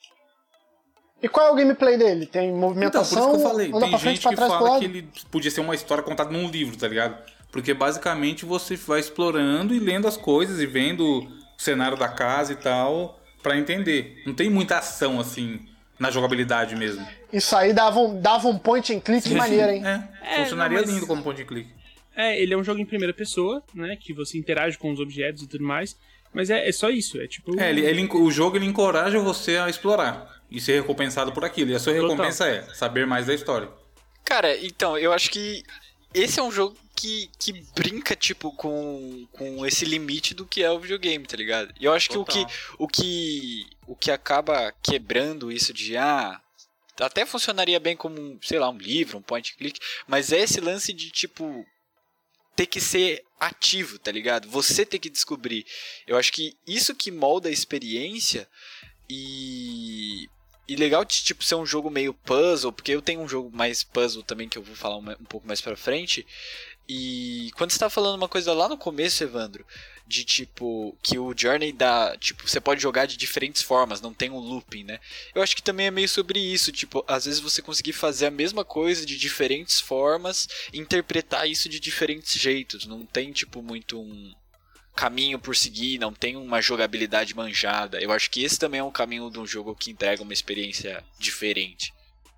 E qual é o gameplay dele? Tem movimentação? Então, por isso que eu falei, anda tem frente, gente que trás, fala que ele podia ser uma história contada num livro, tá ligado? Porque basicamente você vai explorando e lendo as coisas e vendo o cenário da casa e tal, pra entender. Não tem muita ação, assim, na jogabilidade mesmo. Isso aí dava um point and click de maneira, hein? Funcionaria lindo como point and click. Ele é um jogo em primeira pessoa, né? Que você interage com os objetos e tudo mais. Mas é só isso, é tipo... o jogo ele encoraja você a explorar e ser recompensado por aquilo. E a sua recompensa é saber mais da história. Cara, então, eu acho que esse é um jogo que brinca, tipo, com esse limite do que é o videogame, tá ligado? E eu acho que o que acaba quebrando isso de, até funcionaria bem como, sei lá, um livro, um point and click, mas é esse lance de, tipo, ter que ser ativo, tá ligado? Você ter que descobrir. Eu acho que isso que molda a experiência e legal de, tipo, ser um jogo meio puzzle, porque eu tenho um jogo mais puzzle também que eu vou falar um pouco mais pra frente. E quando você tá falando uma coisa lá no começo, Evandro, de tipo, que o Journey dá, tipo, você pode jogar de diferentes formas, não tem um looping, né? Eu acho que também é meio sobre isso, tipo, às vezes você conseguir fazer a mesma coisa de diferentes formas, interpretar isso de diferentes jeitos, não tem, tipo, muito um caminho por seguir, não tem uma jogabilidade manjada. Eu acho que esse também é um caminho de um jogo que entrega uma experiência diferente.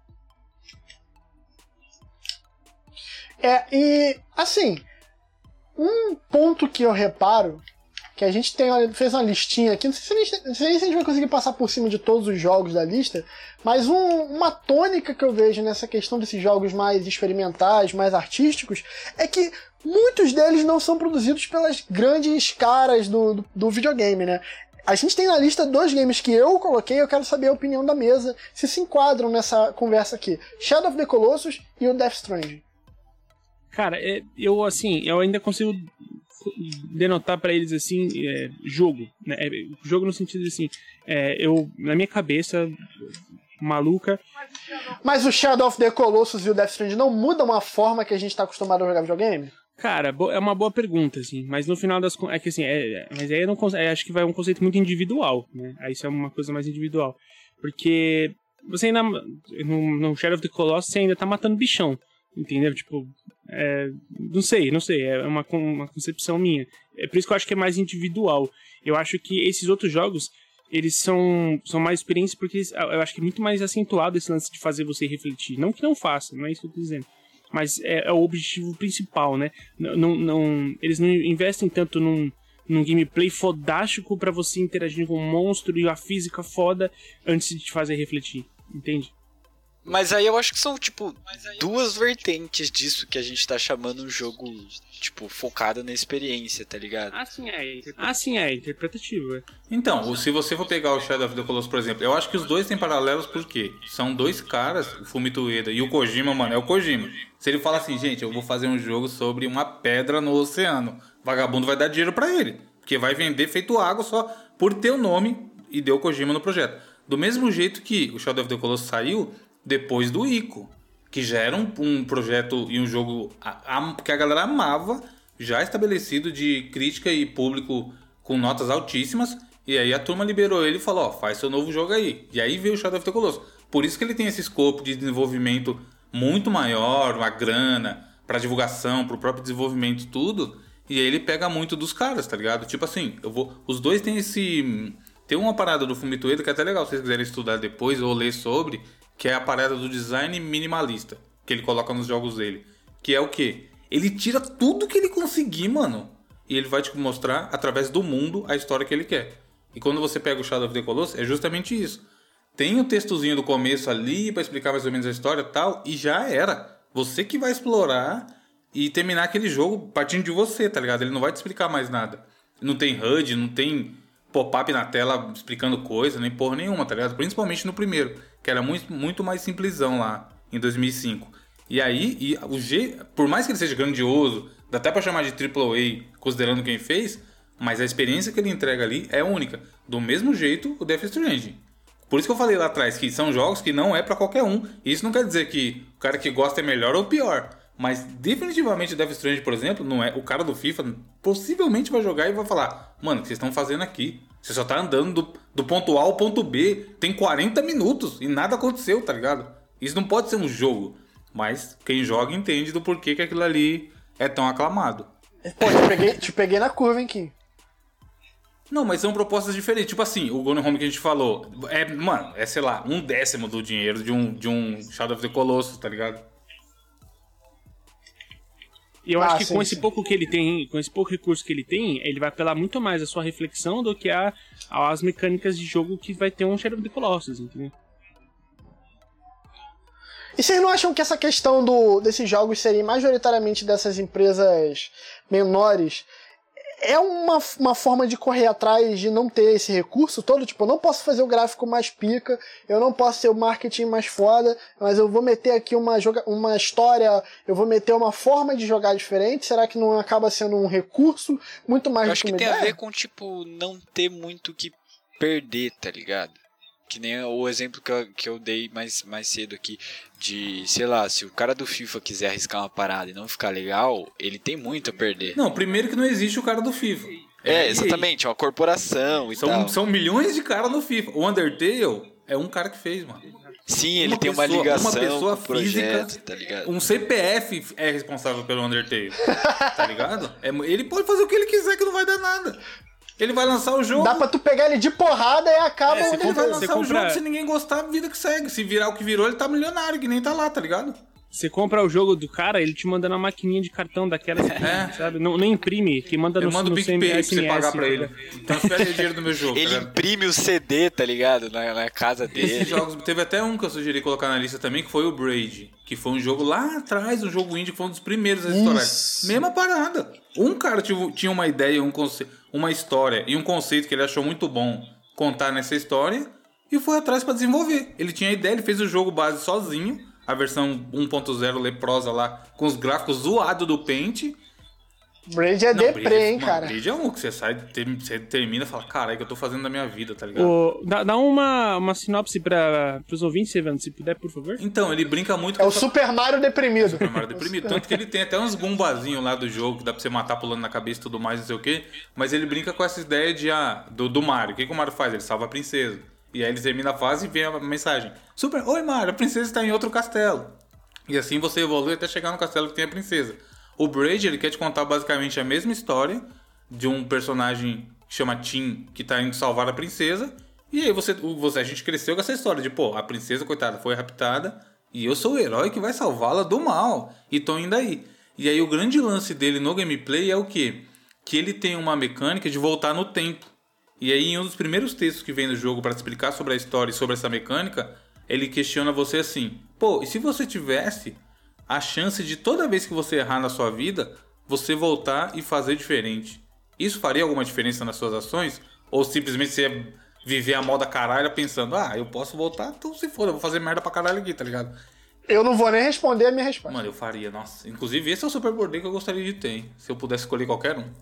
E assim, um ponto que eu reparo, que a gente fez uma listinha aqui, não sei se a gente vai conseguir passar por cima de todos os jogos da lista, mas uma tônica que eu vejo nessa questão desses jogos mais experimentais, mais artísticos, é que muitos deles não são produzidos pelas grandes caras do videogame, né? A gente tem na lista 2 games que eu coloquei, eu quero saber a opinião da mesa, se enquadram nessa conversa aqui. Shadow of the Colossus e o Death Stranding. Cara, eu ainda consigo denotar pra eles, assim, jogo, né? Jogo no sentido de, assim, na minha cabeça, maluca... Mas o Shadow of the Colossus e o Death Stranding não mudam a forma que a gente tá acostumado a jogar videogame? Cara, é uma boa pergunta, assim, mas no final das contas, assim, mas aí eu não acho que vai um conceito muito individual, né? Aí isso é uma coisa mais individual, porque você ainda, no Shadow of the Colossus, você ainda tá matando bichão, entendeu? Tipo, não sei, é uma concepção minha. É por isso que eu acho que é mais individual. Eu acho que esses outros jogos, eles são mais experiências, porque eu acho que é muito mais acentuado esse lance de fazer você refletir. Não que não faça, não é isso que eu tô dizendo. Mas é o objetivo principal, né? Eles não investem tanto num gameplay fodástico pra você interagir com um monstro e a física foda antes de te fazer refletir, entende? Mas aí eu acho que são, tipo, duas vertentes disso que a gente tá chamando um jogo, tipo, focado na experiência, tá ligado? Sim, é interpretativo, Então, se você for pegar o Shadow of the Colossus, por exemplo, eu acho que os dois têm paralelos porque são dois caras, o Fumito Ueda e o Kojima, mano, é o Kojima. Se ele fala assim, gente, eu vou fazer um jogo sobre uma pedra no oceano, vagabundo vai dar dinheiro pra ele. Porque vai vender feito água só por ter o nome e deu Kojima no projeto. Do mesmo jeito que o Shadow of the Colossus saiu depois do Ico, que já era um projeto e um jogo que a galera amava, já estabelecido de crítica e público com notas altíssimas. E aí a turma liberou ele e falou, faz seu novo jogo aí. E aí veio o Shadow of the Colossus. Por isso que ele tem esse escopo de desenvolvimento muito maior, uma grana pra divulgação, pro próprio desenvolvimento e tudo. E aí ele pega muito dos caras, tá ligado? Tipo assim, os dois têm tem uma parada do Fumito Ueda que é até legal se vocês quiserem estudar depois ou ler sobre, que é a parada do design minimalista, que ele coloca nos jogos dele. Que é o quê? Ele tira tudo que ele conseguir, mano, e ele vai te mostrar, através do mundo, a história que ele quer. E quando você pega o Shadow of the Colossus, é justamente isso. Tem o textozinho do começo ali, pra explicar mais ou menos a história e tal, e já era. Você que vai explorar e terminar aquele jogo partindo de você, tá ligado? Ele não vai te explicar mais nada. Não tem HUD, não tem pop-up na tela explicando coisa, nem porra nenhuma, tá ligado? Principalmente no primeiro, que era muito mais simplesão lá, em 2005. E aí, por mais que ele seja grandioso, dá até pra chamar de AAA, considerando quem fez, mas a experiência que ele entrega ali é única. Do mesmo jeito, o Death Stranding. Por isso que eu falei lá atrás, que são jogos que não é pra qualquer um. E isso não quer dizer que o cara que gosta é melhor ou pior. Mas definitivamente o Death Stranding, por exemplo, não é. O cara do FIFA possivelmente vai jogar e vai falar: mano, o que vocês estão fazendo aqui? Você só tá andando do ponto A ao ponto B. Tem 40 minutos e nada aconteceu, tá ligado? Isso não pode ser um jogo. Mas quem joga entende do porquê que aquilo ali é tão aclamado. Pô, te peguei na curva, hein, Kim? Não, mas são propostas diferentes. Tipo assim, o Gone Home que a gente falou, mano, sei lá, 1/10 do dinheiro de um Shadow of the Colossus, tá ligado? E eu acho que com esse pouco que ele tem, com esse pouco recurso que ele tem, ele vai apelar muito mais à sua reflexão do que às mecânicas de jogo que vai ter um Shadow of the Colossus, entendeu? E vocês não acham que essa questão desses jogos serem majoritariamente dessas empresas menores é uma forma de correr atrás de não ter esse recurso todo? Tipo, eu não posso fazer o gráfico mais pica, eu não posso ter o marketing mais foda, mas eu vou meter aqui uma história, eu vou meter uma forma de jogar diferente. Será que não acaba sendo um recurso muito mais do que uma ideia? Eu acho que tem a ver com, tipo, não ter muito o que perder, tá ligado? Que nem o exemplo que eu dei mais cedo aqui, de, sei lá, se o cara do FIFA quiser arriscar uma parada e não ficar legal, ele tem muito a perder. Não, primeiro que não existe o cara do FIFA. Exatamente, é uma corporação e tal. São milhões de caras no FIFA. O Undertale é um cara que fez, mano. Sim, ele tem uma ligação uma pessoa com o projeto, física, tá ligado? Um CPF é responsável pelo Undertale, tá ligado? Ele pode fazer o que ele quiser que não vai dar nada. Ele vai lançar o jogo. Dá pra tu pegar ele de porrada e acaba. Ele vai lançar o jogo, se ninguém gostar, a vida que segue. Se virar o que virou, ele tá milionário, que nem tá lá, tá ligado? Você compra o jogo do cara, ele te manda na maquininha de cartão daquela, sabe? Não imprime, que manda no manda o PicPay pra você pagar pra ele. Transfere o dinheiro do meu jogo. Ele imprime o CD, tá ligado? Na casa dele. Esses jogos, teve até um que eu sugeri colocar na lista também, que foi o Braid. Que foi um jogo lá atrás, um jogo indie, que foi um dos primeiros a estourar. Mesma parada. Um cara tinha uma ideia, uma história e um conceito que ele achou muito bom contar nessa história e foi atrás pra desenvolver. Ele tinha a ideia, ele fez o jogo base sozinho, a versão 1.0 leprosa lá, com os gráficos zoados do Paint. Braid é deprê, hein, cara? Braid é um que você termina e fala, caralho, que eu tô fazendo da minha vida, tá ligado? Dá uma sinopse pros ouvintes, Evandro, se puder, por favor. Então, ele brinca muito com Super Mario deprimido. Super Mario deprimido. Tanto que ele tem até uns gumbazinhos lá do jogo, que dá pra você matar pulando na cabeça e tudo mais, não sei o quê. Mas ele brinca com essa ideia do Mario. O que o Mario faz? Ele salva a princesa. E aí ele termina a fase e vem a mensagem. Oi, Mario, a princesa está em outro castelo. E assim você evolui até chegar no castelo que tem a princesa. O Braid, ele quer te contar basicamente a mesma história de um personagem que chama Tim, que tá indo salvar a princesa. E aí a gente cresceu com essa história de, a princesa, coitada, foi raptada e eu sou o herói que vai salvá-la do mal. E tô indo aí. E aí o grande lance dele no gameplay é o quê? Que ele tem uma mecânica de voltar no tempo. E aí em um dos primeiros textos que vem no jogo para explicar sobre a história e sobre essa mecânica, ele questiona você assim, e se você tivesse a chance de toda vez que você errar na sua vida, você voltar e fazer diferente. Isso faria alguma diferença nas suas ações? Ou simplesmente você ia viver a moda caralho pensando, eu posso voltar, então se for, eu vou fazer merda pra caralho aqui, tá ligado? Eu não vou nem responder a minha resposta. Mano, eu faria, nossa. Inclusive, esse é o superpoder que eu gostaria de ter, hein? Se eu pudesse escolher qualquer um.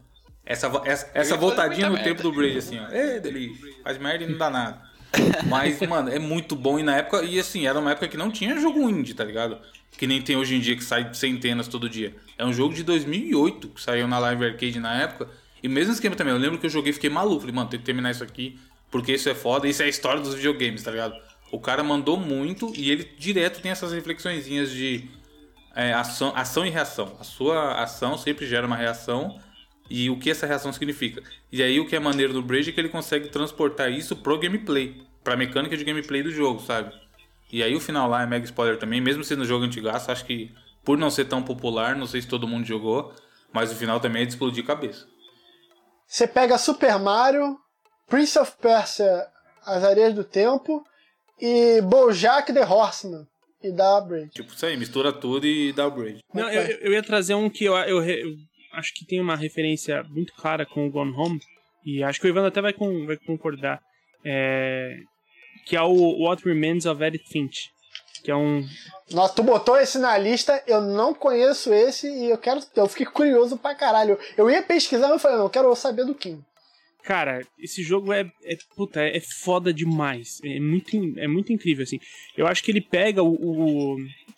Essa voltadinha no tempo do Braid, assim, ó. Delícia. Faz merda e não dá nada. Mas, mano, é muito bom. E na época, e assim, era uma época que não tinha jogo indie, tá ligado? Que nem tem hoje em dia, que sai centenas todo dia. É um jogo de 2008, que saiu na Live Arcade na época. E mesmo esquema também, eu lembro que eu joguei e fiquei maluco. Falei, mano, tem que terminar isso aqui, porque isso é foda. Isso é a história dos videogames, tá ligado? O cara mandou muito e ele direto tem essas reflexõezinhas de ação e reação. A sua ação sempre gera uma reação. E o que essa reação significa. E aí o que é maneiro do Braid é que ele consegue transportar isso pro gameplay. Pra mecânica de gameplay do jogo, sabe? E aí o final lá é mega spoiler também. Mesmo sendo um jogo antigaço, acho que por não ser tão popular, não sei se todo mundo jogou, mas o final também é de explodir cabeça. Você pega Super Mario, Prince of Persia, As Areias do Tempo e BoJack the Horseman e dá o Braid. Tipo isso aí, mistura tudo e dá o Braid. Não, eu ia trazer um que eu acho que tem uma referência muito clara com o Gone Home, e acho que o Ivan até vai concordar, que é o What Remains of Edith Finch, que é um... Nossa, tu botou esse na lista, eu não conheço esse e eu fiquei curioso pra caralho. Eu ia pesquisar, mas eu falei, não, eu quero saber do Kim. Cara, esse jogo é foda demais, é muito incrível, assim. Eu acho que ele pega o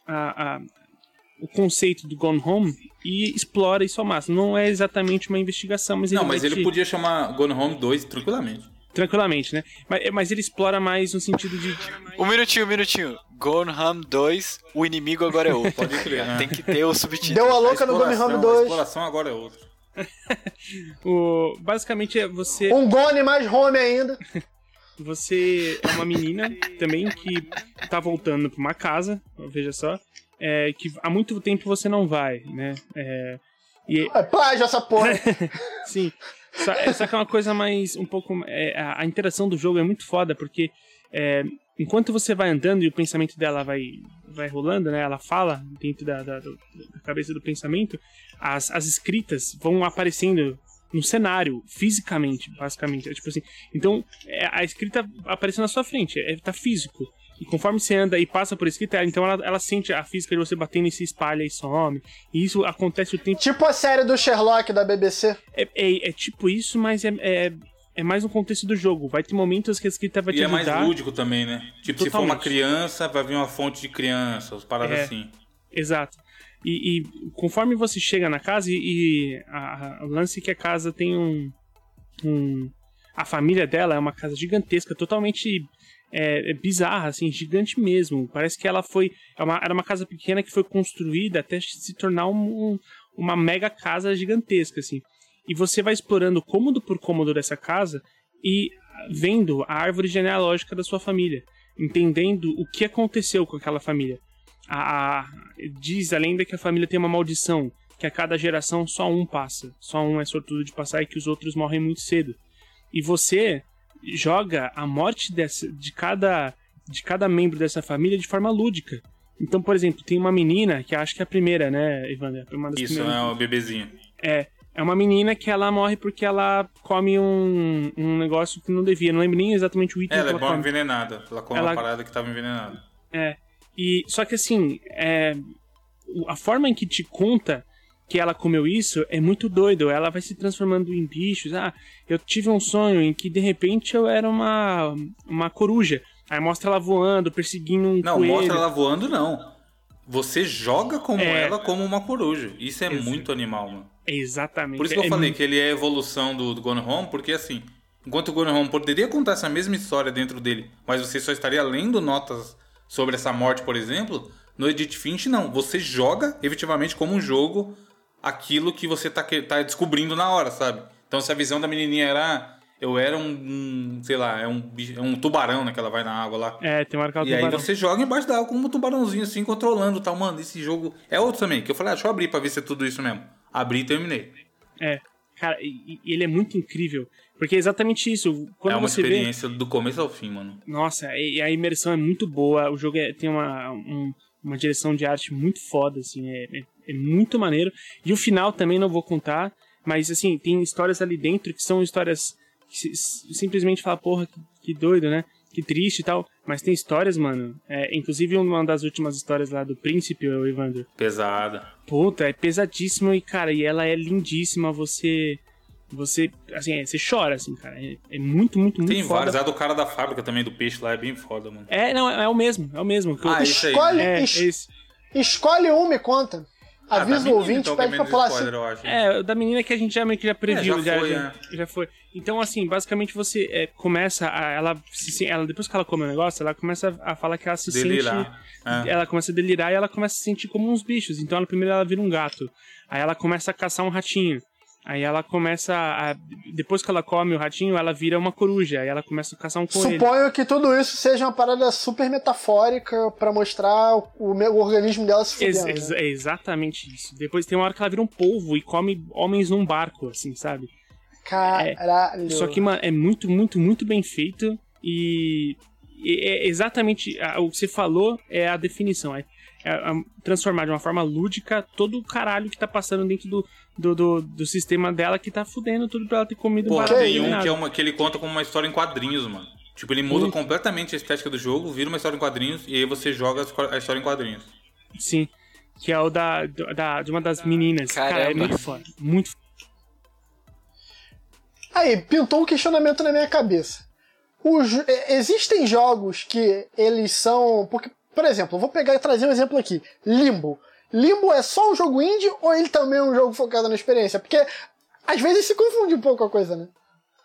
conceito do Gone Home e explora isso ao máximo. Não é exatamente uma investigação, mas ele podia chamar Gone Home 2 tranquilamente. Tranquilamente, né? Mas ele explora mais no sentido de... Um minutinho. Gone Home 2, o inimigo agora é outro. Pode crer, né? Tem que ter o subtítulo. Deu a louca no Gone Home 2. A exploração agora é outra. Basicamente é você... Um Gone mais Home ainda. Você é uma menina também que tá voltando pra uma casa, veja só, que há muito tempo você não vai, né? É plágio essa porra. Sim. Só que é uma coisa mais um pouco... a interação do jogo é muito foda, porque enquanto você vai andando e o pensamento dela vai rolando, né? Ela fala dentro da cabeça do pensamento, as escritas vão aparecendo no cenário, fisicamente, basicamente. Tipo assim, então, a escrita aparece na sua frente, tá físico. E conforme você anda e passa por escrita, então ela sente a física de você batendo e se espalha e some. E isso acontece o tempo... Tipo a série do Sherlock da BBC. É tipo isso, mas é mais no contexto do jogo. Vai ter momentos que a escrita vai te ajudar. E é mais lúdico também, né? Tipo, totalmente. Se for uma criança, vai vir uma fonte de criança, as paradas assim. Exato. E conforme você chega na casa, o lance é que a casa tem a família dela é uma casa gigantesca, totalmente... bizarra, assim, gigante mesmo. Parece que ela era uma casa pequena que foi construída até se tornar uma mega casa gigantesca, assim. E você vai explorando cômodo por cômodo dessa casa e vendo a árvore genealógica da sua família, entendendo o que aconteceu com aquela família. Diz a lenda que a família tem uma maldição, que a cada geração só um passa, só um é sortudo de passar e que os outros morrem muito cedo. E você joga a morte de cada membro dessa família de forma lúdica. Então, por exemplo, tem uma menina, que acho que é a primeira, né, Evander? Isso, é uma bebezinha. É uma menina que ela morre porque ela come um negócio que não devia. Não lembro nem exatamente o item que ela come. Ela é envenenada. Ela come uma parada que estava envenenada. Só que assim, a forma em que te conta que ela comeu isso é muito doido. Ela vai se transformando em bichos. Eu tive um sonho em que de repente eu era uma coruja. Aí mostra ela voando, perseguindo um coelho. Não, mostra ela voando não. Você joga como ela como uma coruja. Isso é muito animal, mano. Exatamente. Por isso que eu falei que ele é a evolução do Gone Home, porque assim, enquanto o Gone Home poderia contar essa mesma história dentro dele, mas você só estaria lendo notas sobre essa morte, por exemplo, no Edith Finch não. Você joga efetivamente como um jogo aquilo que você tá descobrindo na hora, sabe? Então se a visão da menininha era... Eu era sei lá, um tubarão, né? Que ela vai na água lá. Tem uma hora que ela tubarão. Aí você joga embaixo da água como um tubarãozinho, assim, controlando e tal. Mano, esse jogo... É outro também, que eu falei, deixa eu abrir pra ver se é tudo isso mesmo. Abri e terminei. Cara, ele é muito incrível. Porque é exatamente isso. Quando uma você experiência do começo ao fim, mano. Nossa, e a imersão é muito boa. O jogo tem uma direção de arte muito foda, assim. É muito maneiro. E o final também não vou contar. Mas, assim, tem histórias ali dentro que são histórias... simplesmente fala, porra, que doido, né? Que triste e tal. Mas tem histórias, mano. Inclusive uma das últimas histórias lá do Príncipe, o Evander. Pesada. Puta, é pesadíssimo e, cara, e ela é lindíssima. Você Você, assim, você chora, assim, cara. É muito, muito, muito Tem foda. vários. A do cara da fábrica também, do peixe lá, é bem foda, mano. Não, é o mesmo. Isso aí. Escolhe uma e conta. Avisa o ouvinte, então, pede pra pular assim. spoiler, eu acho. O da menina que a gente já meio que já previu. Já foi. Então, assim, basicamente você começa ela depois que ela come o negócio, ela começa a falar que ela se Delirar. sente... Ela começa a delirar e ela começa a se sentir como uns bichos. Então, primeiro ela vira um gato. Aí ela começa a caçar um ratinho. Aí ela começa depois que ela come o ratinho, ela vira uma coruja. Aí ela começa a caçar um coelho. Suponho que tudo isso seja uma parada super metafórica pra mostrar o organismo dela se fudendo. É exatamente isso. Depois tem uma hora que ela vira um polvo e come homens num barco, assim, sabe? Caralho. Só que, mano, é muito, muito, muito bem feito. E é exatamente o que você falou é a definição. É transformar de uma forma lúdica todo o caralho que tá passando dentro do sistema dela, que tá fudendo tudo pra ela ter comido barato. Tem um que ele conta como uma história em quadrinhos, mano. Tipo, ele muda completamente a estética do jogo, vira uma história em quadrinhos e aí você joga a história em quadrinhos. Sim, que é o de uma das meninas. Caramba. Cara, é muito foda. Muito foda. Aí, pintou um questionamento na minha cabeça. Existem jogos que eles são... Porque, por exemplo, eu vou pegar e trazer um exemplo aqui. Limbo. Limbo é só um jogo indie ou ele também é um jogo focado na experiência? Porque às vezes se confunde um pouco a coisa, né?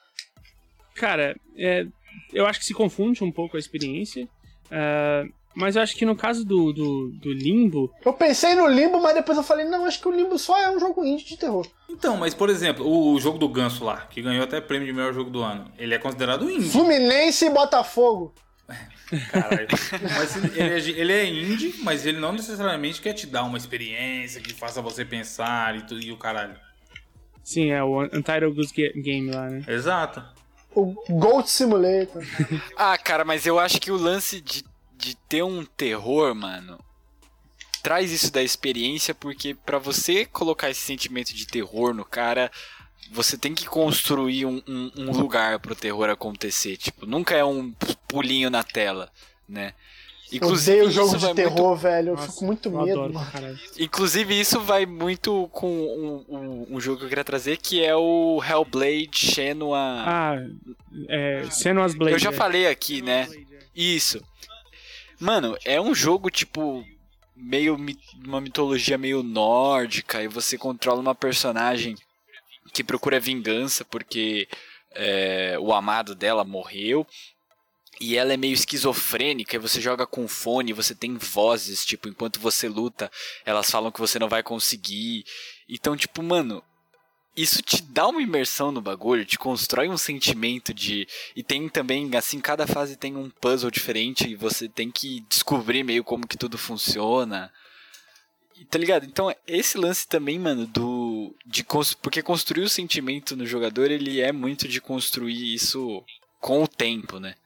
Cara, eu acho que se confunde um pouco a experiência. Mas eu acho que no caso do Limbo... Eu pensei no Limbo, mas depois eu falei, não, acho que o Limbo só é um jogo indie de terror. Então, mas por exemplo, o jogo do Ganso lá, que ganhou até prêmio de melhor jogo do ano, ele é considerado indie. Fluminense e Botafogo. Caralho. Mas ele é indie, mas ele não necessariamente quer te dar uma experiência que faça você pensar e o caralho. Sim, é o Untitled Goose Game lá, né? Exato. O Goat Simulator. Cara, mas eu acho que o lance de ter um terror, mano, traz isso da experiência, porque pra você colocar esse sentimento de terror no cara, você tem que construir um lugar pro terror acontecer. Tipo, nunca é um pulinho na tela, né? Inclusive, odeio jogo de terror, velho. Nossa, eu fico muito medo. Adoro, caralho. Inclusive, isso vai muito com um jogo que eu queria trazer, que é o Hellblade Senua... Senua's Blade. Eu já falei aqui, né? Isso. Mano, é um jogo, tipo, meio uma mitologia meio nórdica, e você controla uma personagem que procura vingança porque o amado dela morreu. E ela é meio esquizofrênica, e você joga com fone, você tem vozes, tipo, enquanto você luta, elas falam que você não vai conseguir. Então, tipo, mano, isso te dá uma imersão no bagulho, te constrói um sentimento de... E tem também, assim, cada fase tem um puzzle diferente, e você tem que descobrir meio como que tudo funciona. Tá ligado? Então, esse lance também, mano, porque construir o sentimento no jogador, ele é muito de construir isso com o tempo, né?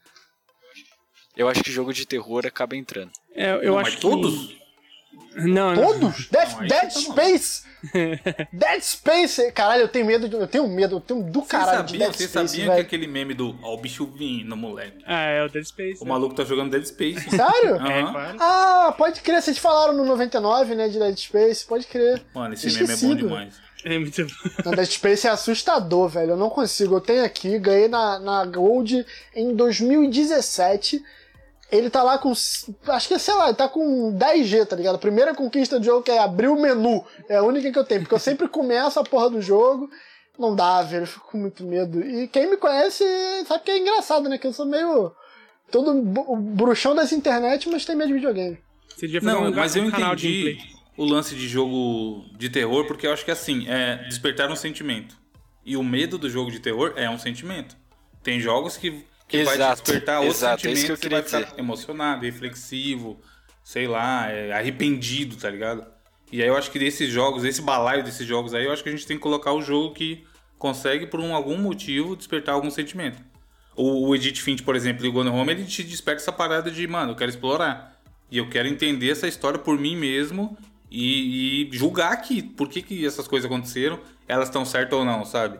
Eu acho que jogo de terror acaba entrando. Eu acho que... todos? Não. Todos? Dead Space! Dead Space! Caralho, eu tenho medo do caralho de Dead Space. Você sabia que aquele meme do o bicho vindo, moleque? É o Dead Space. O maluco tá jogando Dead Space. Sério? Claro. Ah, pode crer. Vocês falaram no 99, né, de Dead Space. Pode crer. Mano, esse meme é bom demais. É muito bom. Não, Dead Space é assustador, velho. Eu não consigo. Eu tenho aqui, ganhei na Gold em 2017. Ele tá lá com... Acho que, sei lá, ele tá com 10G, tá ligado? A primeira conquista do jogo que é abrir o menu. É a única que eu tenho. Porque eu sempre começo a porra do jogo. Não dá, velho. Eu fico com muito medo. E quem me conhece sabe que é engraçado, né? Que eu sou meio... todo bruxão das internet, mas tem medo de videogame. Você devia fazer mas eu canal de entendi gameplay. o lance de jogo de terror, porque eu acho que assim, despertar um sentimento. E o medo do jogo de terror é um sentimento. Tem jogos que vai te despertar outro sentimento, isso que eu você vai queria ficar emocionado, reflexivo, sei lá, arrependido, tá ligado? E aí eu acho que desses jogos, esse balaio desses jogos aí, eu acho que a gente tem que colocar o jogo que consegue, por algum motivo, despertar algum sentimento. O Edith Finch, por exemplo, e o Gone Home, ele te desperta essa parada de, mano, eu quero explorar. E eu quero entender essa história por mim mesmo e julgar aqui por que essas coisas aconteceram, elas estão certas ou não, sabe?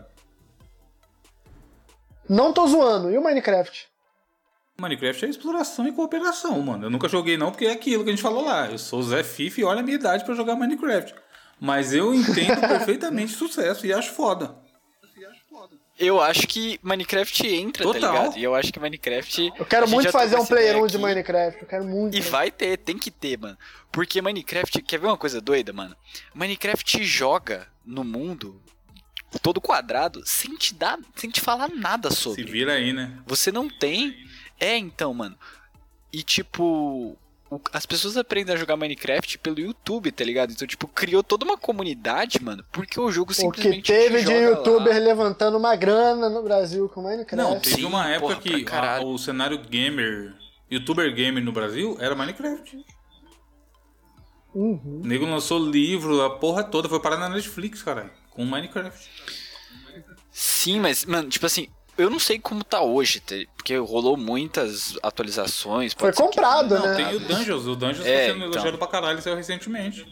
Não tô zoando. E o Minecraft? Minecraft é exploração e cooperação, mano. Eu nunca joguei não, porque é aquilo que a gente falou lá. Eu sou o Zé Fifi e olha a minha idade pra jogar Minecraft. Mas eu entendo perfeitamente sucesso e acho foda. Eu acho que Minecraft entra, Total. tá ligado? E eu acho que Minecraft... Eu quero muito fazer um player 1 de Minecraft. Minecraft. Eu quero muito. E vai ter, tem que ter, mano. Porque Minecraft, quer ver uma coisa doida, mano? Minecraft joga no mundo todo quadrado sem te falar nada sobre. Se vira aí, né? Você não tem... então, mano. E tipo... As pessoas aprendem a jogar Minecraft pelo YouTube, tá ligado? Então, tipo, criou toda uma comunidade, mano, porque o jogo O simplesmente que teve de joga youtuber lá. levantando uma grana no Brasil com Minecraft. Não, teve Sim, uma época porra, que pra caralho. o cenário gamer, youtuber gamer no Brasil era Minecraft. Uhum. O nego lançou livro, a porra toda, foi parar na Netflix, caralho, com Minecraft. Sim, mas, mano, tipo assim, eu não sei como tá hoje, porque rolou muitas atualizações. Foi pode ser que- comprado, Não, né? tem o Dungeons tá É, sendo então. elogiado pra caralho, saiu recentemente.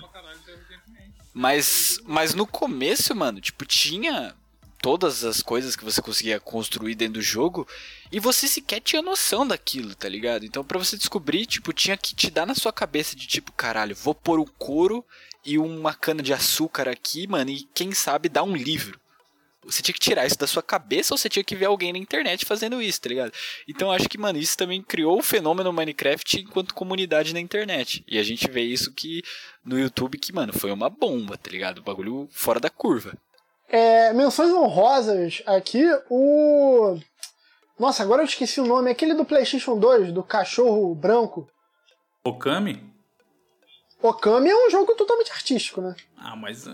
Mas no começo, mano, tipo, tinha todas as coisas que você conseguia construir dentro do jogo e você sequer tinha noção daquilo, tá ligado? Então pra você descobrir, tipo, tinha que te dar na sua cabeça de tipo, caralho, vou pôr um couro e uma cana de açúcar aqui, mano, e quem sabe dar um livro. Você tinha que tirar isso da sua cabeça ou você tinha que ver alguém na internet fazendo isso, tá ligado? Então eu acho que, mano, isso também criou o fenômeno Minecraft enquanto comunidade na internet. E a gente vê isso que no YouTube, que, mano, foi uma bomba, tá ligado? O bagulho fora da curva. Menções honrosas aqui, Nossa, agora eu esqueci o nome. Aquele do PlayStation 2, do cachorro branco. Okami? Okami é um jogo totalmente artístico, né? Ah, mas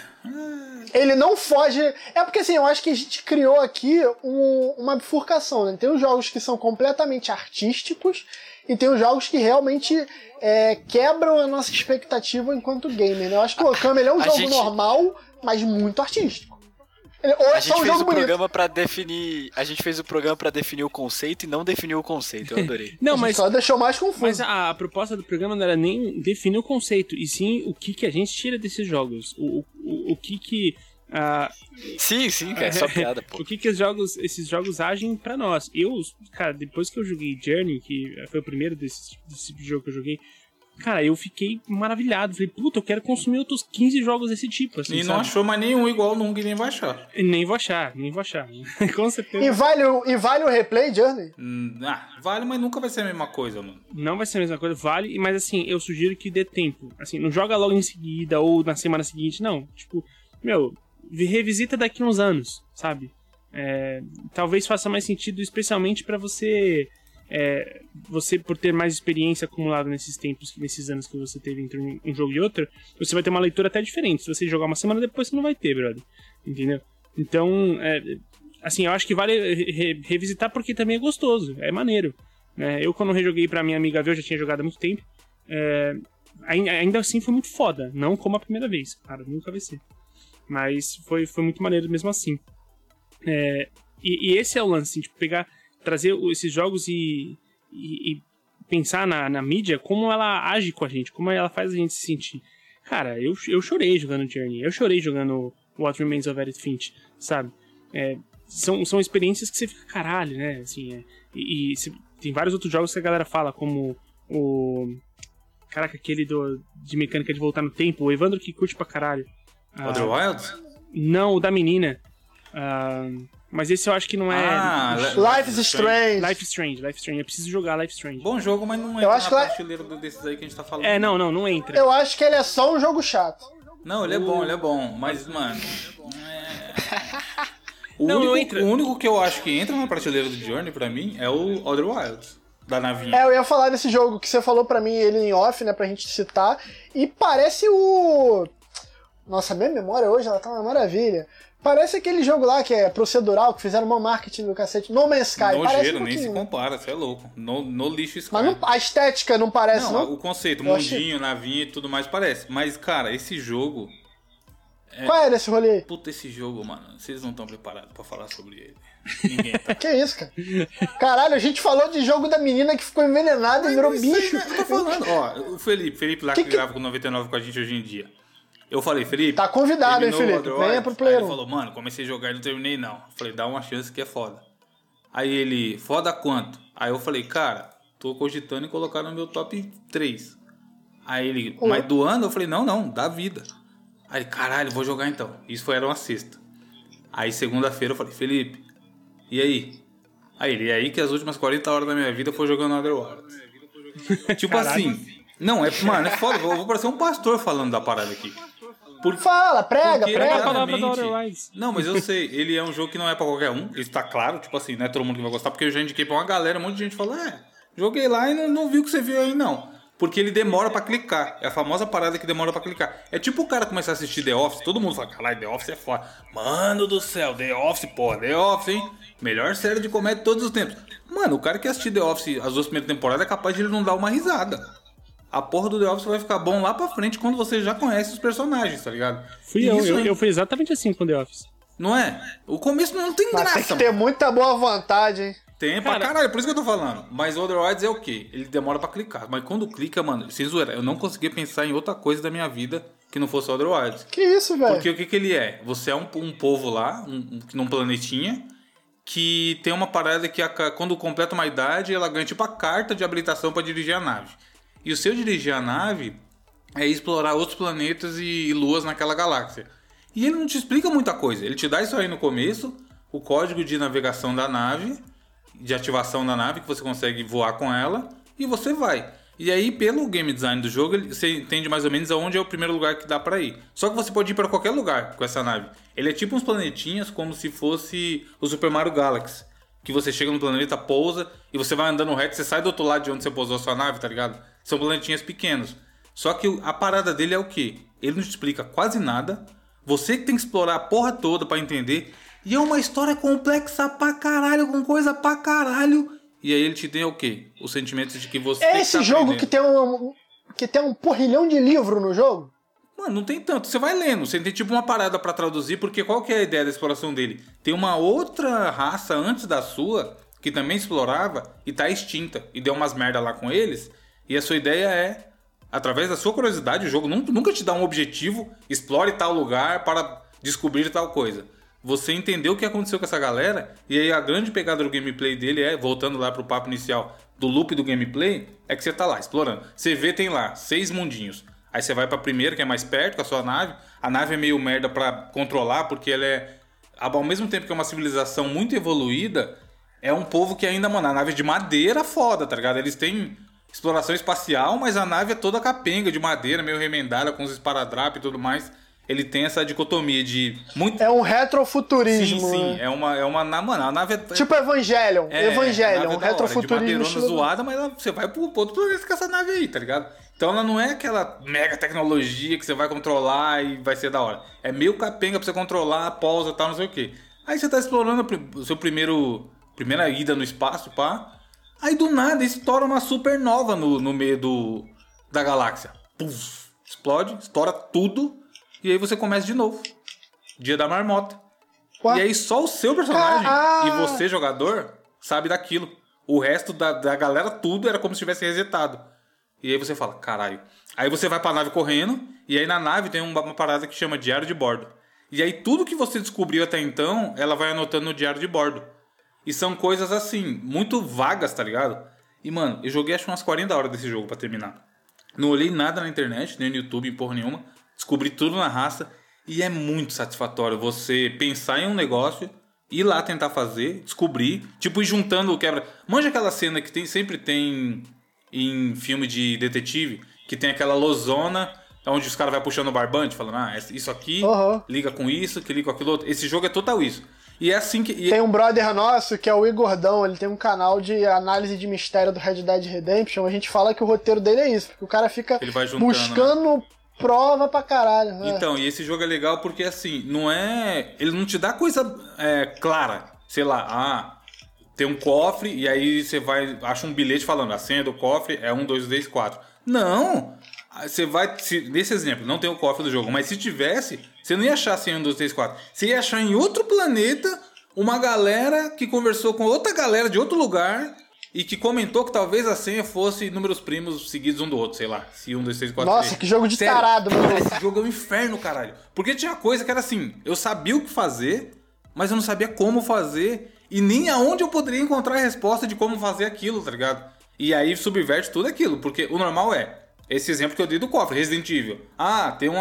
Ele não foge... É porque, assim, eu acho que a gente criou aqui uma bifurcação, né? Tem os jogos que são completamente artísticos e tem os jogos que realmente quebram a nossa expectativa enquanto gamer, né? Eu acho que o Okami ele é um jogo normal, mas muito artístico. Ou é só um jogo bonito. A gente fez o programa pra definir o conceito e não definiu o conceito, eu adorei. Não, A gente mas, só deixou mais confuso. mas a proposta do programa não era nem definir o conceito, e sim o que a gente tira desses jogos. O que Sim, cara, é só piada, pô. o que esses jogos agem pra nós. Cara, depois que eu joguei Journey, que foi o primeiro desse tipo de jogo que eu joguei, cara, eu fiquei maravilhado. Falei, puta, eu quero consumir outros 15 jogos desse tipo, assim, e não sabe? achou mais nenhum igual nunca e nem vai achar. Nem vou achar. Com certeza. E vale o replay, Journey? Vale, mas nunca vai ser a mesma coisa, mano. Não vai ser a mesma coisa, vale, mas assim, eu sugiro que dê tempo. Assim, não joga logo em seguida ou na semana seguinte, não. Tipo, revisita daqui uns anos, sabe? Talvez faça mais sentido, especialmente pra você... você, por ter mais experiência acumulada nesses anos que você teve entre um jogo e outro, você vai ter uma leitura até diferente. Se você jogar uma semana depois, você não vai ter, brother. Entendeu? Então, assim, eu acho que vale revisitar porque também é gostoso, é maneiro. Eu, quando rejoguei pra minha amiga ver, eu já tinha jogado há muito tempo. Ainda assim foi muito foda, não como a primeira vez, cara, nunca vai ser. Mas foi muito maneiro mesmo assim. E esse é o lance, assim, tipo, trazer esses jogos e pensar na mídia, como ela age com a gente, como ela faz a gente se sentir. Cara, eu chorei jogando Journey, eu chorei jogando What Remains of Edith Finch, sabe? São experiências que você fica, caralho, né? Assim, tem vários outros jogos que a galera fala, como o... Caraca, aquele de mecânica de voltar no tempo, o Evandro que curte pra caralho. Other Wilds? Não, o da menina. Mas esse eu acho que não é... Life is Strange. Life is Strange. Eu preciso jogar Life is Strange. Bom jogo, mas não Eu entra acho na que prateleira desses aí que a gente tá falando. Não entra. Eu acho que ele é só um jogo chato. Não, ele é bom, mas, mano... Não entra. O único que eu acho que entra na prateleira do Journey, pra mim, é o Other Wilds, da navinha. Eu ia falar desse jogo que você falou pra mim, ele em off, né, pra gente citar, e parece o... Nossa, minha memória hoje, ela tá uma maravilha. Parece aquele jogo lá que é procedural, que fizeram um marketing do cacete. No Man's Sky. Nojeiro, nem se compara, você é louco. No lixo Sky. Mas a estética não parece, não? O conceito, Eu mundinho, achei... navinha e tudo mais parece. Mas, cara, esse jogo... Qual era esse rolê aí? Puta, esse jogo, mano, vocês não estão preparados pra falar sobre ele. Ninguém tá. Que isso, cara? Caralho, a gente falou de jogo da menina que ficou envenenada e virou bicho. Eu tô falando. Ó, o Felipe lá que grava com 99 com a gente hoje em dia. Eu falei, Felipe... Tá convidado, hein, Felipe? Venha pro Player 1. Ele falou, mano, comecei a jogar e não terminei, não. Eu falei, dá uma chance que é foda. Aí ele, foda quanto? Aí eu falei, cara, tô cogitando em colocar no meu top 3. Aí ele, mas do ano? Eu falei, não, dá vida. Aí ele, caralho, vou jogar então. Isso era uma sexta. Aí segunda-feira eu falei, Felipe, e aí? E aí que as últimas 40 horas da minha vida foi jogando Other Worlds. Tipo assim, não, mano, é foda, eu vou parecer um pastor falando da parada aqui. Fala, prega. A palavra da Outer Wilds. Não, mas eu sei, ele é um jogo que não é pra qualquer um, isso tá claro, tipo assim, não é todo mundo que vai gostar, porque eu já indiquei pra uma galera, um monte de gente falou, joguei lá e não vi o que você viu aí, não. Porque ele demora pra clicar, é a famosa parada que demora pra clicar. É tipo o cara começar a assistir The Office, todo mundo fala, caralho, The Office é foda. Mano do céu, The Office, porra, The Office, hein? Melhor série de comédia de todos os tempos. Mano, o cara que assistir The Office as 2 primeiras temporadas é capaz de ele não dar uma risada. A porra do The Office vai ficar bom lá pra frente quando você já conhece os personagens, tá ligado? Eu fui exatamente assim com The Office. Não é? O começo não tem graça. Tem que ter muita boa vontade, hein? Tem pra caralho, por isso que eu tô falando. Mas o Other Wilds é o quê? Ele demora pra clicar. Mas quando clica, mano, sem zoeira, eu não conseguia pensar em outra coisa da minha vida que não fosse o Other Wilds. Que isso, velho? Porque o que ele é? Você é um povo lá, num planetinha, que tem uma parada que quando completa uma idade, ela ganha tipo a carta de habilitação pra dirigir a nave. E o seu dirigir a nave é explorar outros planetas e luas naquela galáxia. E ele não te explica muita coisa. Ele te dá isso aí no começo, o código de navegação da nave, de ativação da nave, que você consegue voar com ela, e você vai. E aí, pelo game design do jogo, você entende mais ou menos aonde é o primeiro lugar que dá pra ir. Só que você pode ir pra qualquer lugar com essa nave. Ele é tipo uns planetinhas, como se fosse o Super Mario Galaxy. Que você chega no planeta, pousa, e você vai andando reto, você sai do outro lado de onde você pousou a sua nave, tá ligado? São planetinhas pequenos. Só que a parada dele é o quê? Ele não te explica quase nada. Você que tem que explorar a porra toda pra entender. E é uma história complexa pra caralho, com coisa pra caralho. E aí ele te tem o quê? O sentimento de que você É esse jogo que tem um porrilhão de livro no jogo? Mano, não tem tanto. Você vai lendo, você tem tipo uma parada pra traduzir, porque qual que é a ideia da exploração dele? Tem uma outra raça antes da sua, que também explorava e tá extinta. E deu umas merda lá com eles. E a sua ideia é, através da sua curiosidade, o jogo nunca te dá um objetivo, explore tal lugar para descobrir tal coisa. Você entendeu o que aconteceu com essa galera, e aí a grande pegada do gameplay dele é, voltando lá pro papo inicial do loop do gameplay, é que você tá lá explorando. Você vê, tem lá 6 mundinhos. Aí você vai pra primeira, que é mais perto, com a sua nave. A nave é meio merda pra controlar, porque ela é, ao mesmo tempo que é uma civilização muito evoluída, é um povo que ainda, mano, a nave é de madeira foda, tá ligado? Eles têm exploração espacial, mas a nave é toda capenga, de madeira, meio remendada, com os esparadrapos e tudo mais. Ele tem essa dicotomia de... muito... É um retrofuturismo. Sim, né? é uma mano, a nave é... Tipo Evangelion. Evangelion, um retrofuturismo. De madeirona zoada, mas você vai pro outro planeta com essa nave aí, tá ligado? Então ela não é aquela mega tecnologia que você vai controlar e vai ser da hora. É meio capenga pra você controlar, pausa e tal, não sei o quê. Aí você tá explorando o seu primeira ida no espaço, pá. Aí do nada estoura uma supernova no meio da galáxia. Puf, explode, estoura tudo. E aí você começa de novo. Dia da marmota. Ué? E aí só o seu personagem e você, jogador, sabe daquilo. O resto da galera, tudo era como se tivesse resetado. E aí você fala, caralho. Aí você vai pra nave correndo, e aí na nave tem uma parada que chama diário de bordo. E aí tudo que você descobriu até então, ela vai anotando no diário de bordo. E são coisas assim, muito vagas, tá ligado? E mano, eu joguei acho umas 40 horas desse jogo pra terminar. Não olhei nada na internet, nem no YouTube, porra nenhuma. Descobri tudo na raça. E é muito satisfatório você pensar em um negócio, ir lá tentar fazer, descobrir. Tipo, ir juntando o quebra... Manja aquela cena que sempre tem em filme de detetive, que tem aquela losona onde os caras vão puxando o barbante, falando, isso aqui liga com isso, que liga com aquilo outro. Esse jogo é total isso. E é assim que... Tem um brother nosso, que é o Igordão, ele tem um canal de análise de mistério do Red Dead Redemption, a gente fala que o roteiro dele é isso, porque o cara fica buscando... Né? Prova pra caralho. Então, e esse jogo é legal porque, assim, não é... Ele não te dá coisa clara. Sei lá, tem um cofre e aí você vai... Acha um bilhete falando, a senha do cofre é 1, 2, 3, 4. Não! Você vai... Nesse exemplo, não tem o cofre do jogo, mas se tivesse, você não ia achar a senha 1, 2, 3, 4. Você ia achar em outro planeta uma galera que conversou com outra galera de outro lugar... E que comentou que talvez a senha fosse números primos seguidos um do outro, sei lá. Se 1, 2, 3, 4, Nossa, 3. que jogo de Sério, tarado, mano. Esse jogo é um inferno, caralho. Porque tinha coisa que era assim, eu sabia o que fazer, mas eu não sabia como fazer. E nem aonde eu poderia encontrar a resposta de como fazer aquilo, tá ligado? E aí subverte tudo aquilo. Porque o normal é, esse exemplo que eu dei do cofre, Resident Evil. Tem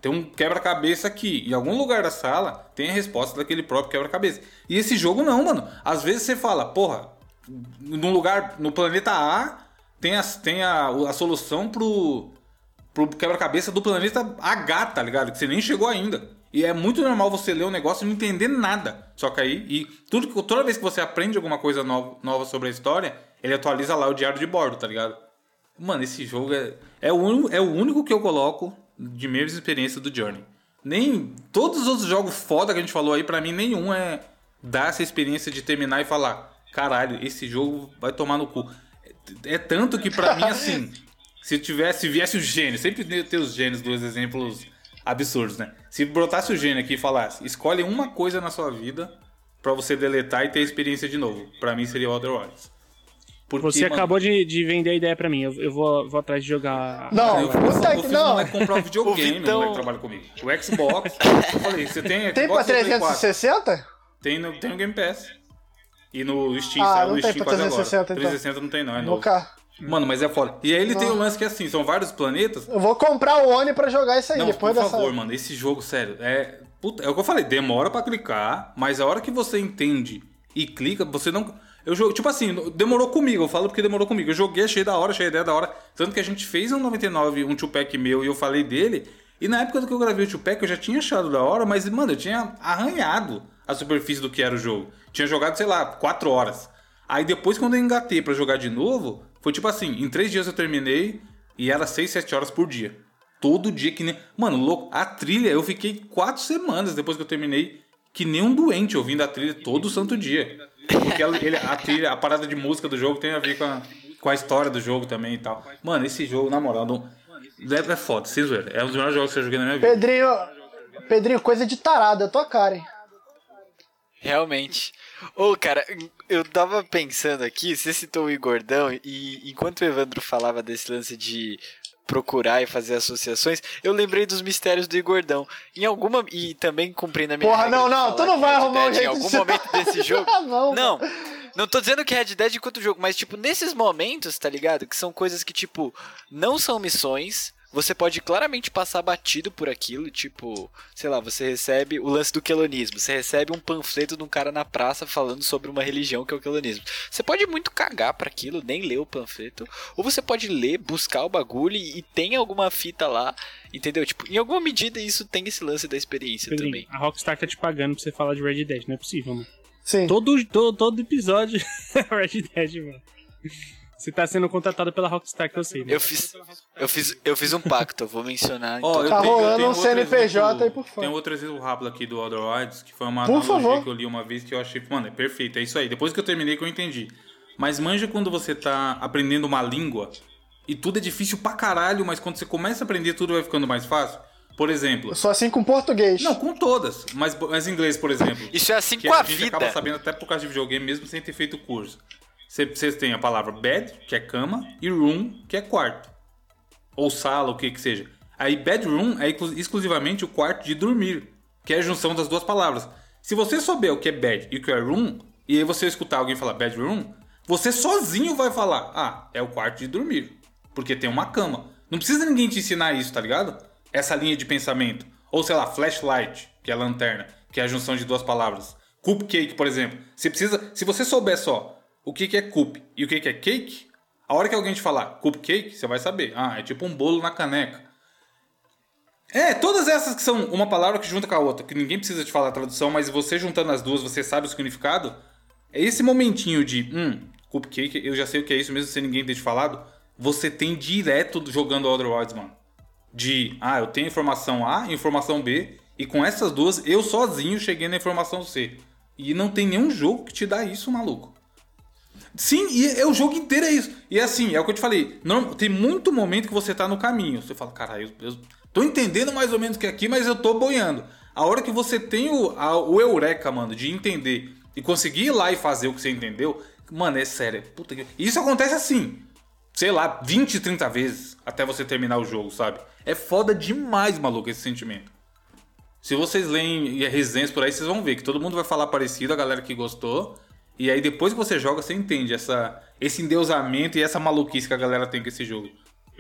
tem um quebra-cabeça aqui. Em algum lugar da sala tem a resposta daquele próprio quebra-cabeça. E esse jogo não, mano. Às vezes você fala, porra, num lugar, no planeta A, tem a solução pro quebra-cabeça do planeta H, tá ligado? Que você nem chegou ainda. E é muito normal você ler um negócio e não entender nada. Só que aí, toda vez que você aprende alguma coisa nova sobre a história, ele atualiza lá o diário de bordo, tá ligado? Mano, esse jogo é o único que eu coloco de minhas experiências do Journey. Nem todos os outros jogos foda que a gente falou aí, pra mim, nenhum dá essa experiência de terminar e falar, caralho, esse jogo vai tomar no cu. É tanto que pra mim, assim, se viesse o gênio, sempre tem os gênios dos exemplos absurdos, né? Se brotasse o gênio aqui e falasse, escolhe uma coisa na sua vida pra você deletar e ter a experiência de novo. Pra mim seria o Outer Wilds. Porque, você acabou de vender a ideia pra mim. Eu vou atrás de jogar. Não, não é comprar um videogame, não é que trabalha comigo. O Xbox, eu falei, você tem Tem pra 360? Tem no Game Pass. E no Steam, não o tem Steam pra quase 360, agora. então. 360 não tem não, é novo. Nunca. Mano, mas é foda. E aí ele tem o lance que é assim, são vários planetas. Eu vou comprar o Oni pra jogar isso aí Não, depois por dessa. favor, mano, esse jogo, sério, é o que eu falei, demora pra clicar, mas a hora que você entende e clica, você não... Eu jogo, tipo assim, demorou comigo, eu falo porque demorou comigo. Eu joguei, achei da hora, achei a ideia da hora. Tanto que a gente fez um 99, um 2-pack meu, e eu falei dele. E na época do que eu gravei o 2-pack, eu já tinha achado da hora, mas, mano, eu tinha arranhado a superfície do que era o jogo. Tinha jogado, sei lá, 4 horas. Aí depois, quando eu engatei pra jogar de novo, foi tipo assim, em 3 dias eu terminei e era 6, 7 horas por dia. Todo dia que nem... Mano, louco, a trilha, eu fiquei 4 semanas depois que eu terminei, que nem um doente ouvindo a trilha todo santo dia. Porque a trilha, a parada de música do jogo tem a ver com a história do jogo também e tal. Mano, esse jogo, na moral, é foda, sem zoeira. É um dos melhores jogos que eu joguei na minha vida. Pedrinho, coisa de tarado, é tua cara, hein? Realmente. Cara, eu tava pensando aqui, você citou o Igordão, e enquanto o Evandro falava desse lance de procurar e fazer associações, eu lembrei dos mistérios do Igordão. E também cumprindo a minha Porra, não, tu não vai arrumar um jeito em algum momento desse jogo. Não tô dizendo que Red Dead enquanto jogo, mas tipo, nesses momentos, tá ligado? Que são coisas que, tipo, não são missões. Você pode claramente passar batido por aquilo, tipo, sei lá, você recebe o lance do quelonismo, você recebe um panfleto de um cara na praça falando sobre uma religião que é o quelonismo. Você pode muito cagar pra aquilo, nem ler o panfleto, ou você pode ler, buscar o bagulho e tem alguma fita lá, entendeu? Tipo, em alguma medida isso tem esse lance da experiência Pedrinho, também. A Rockstar tá te pagando pra você falar de Red Dead, não é possível, mano. Sim. Todo episódio é Red Dead, mano. Você tá sendo contratado pela Rockstar, que eu sei, né? Eu fiz um pacto, eu vou mencionar. Tá rolando um CNPJ aí por fora. Tem outro exemplo rápido aqui do Outer Wilds, que foi uma analogia que eu li uma vez que eu achei, mano, é perfeito, é isso aí. Depois que eu terminei que eu entendi. Mas manja quando você tá aprendendo uma língua e tudo é difícil pra caralho, mas quando você começa a aprender tudo vai ficando mais fácil. Por exemplo... Eu sou assim com português. Não, com todas. Mas inglês, por exemplo. Isso é assim que com a gente vida. acaba sabendo até por causa de videogame, mesmo sem ter feito curso. Você tem a palavra bed, que é cama, e room, que é quarto. Ou sala, o que seja. Aí bedroom é exclusivamente o quarto de dormir, que é a junção das duas palavras. Se você souber o que é bed e o que é room, e aí você escutar alguém falar bedroom, você sozinho vai falar, é o quarto de dormir, porque tem uma cama. Não precisa ninguém te ensinar isso, tá ligado? Essa linha de pensamento. Ou sei lá, flashlight, que é a lanterna, que é a junção de duas palavras. Cupcake, por exemplo. Se você souber só o que é cup e o que é cake, a hora que alguém te falar cupcake, você vai saber. É tipo um bolo na caneca. Todas essas que são uma palavra que junta com a outra, que ninguém precisa te falar a tradução, mas você juntando as duas, você sabe o significado. É esse momentinho de, cupcake, eu já sei o que é isso, mesmo sem ninguém ter te falado, você tem direto jogando Outer Wilds, mano. Eu tenho informação A e informação B, e com essas duas, eu sozinho cheguei na informação C. E não tem nenhum jogo que te dá isso, maluco. Sim, e o jogo inteiro é isso. E assim, é o que eu te falei. Tem muito momento que você tá no caminho. Você fala, caralho, eu tô entendendo mais ou menos que aqui, mas eu tô boiando. A hora que você tem o eureka, mano, de entender e conseguir ir lá e fazer o que você entendeu, mano, é sério. Puta que... Isso acontece assim, sei lá, 20, 30 vezes até você terminar o jogo, sabe? É foda demais, maluco, esse sentimento. Se vocês leem resenhas por aí, vocês vão ver que todo mundo vai falar parecido, a galera que gostou. E aí depois que você joga, você entende esse endeusamento e essa maluquice que a galera tem com esse jogo.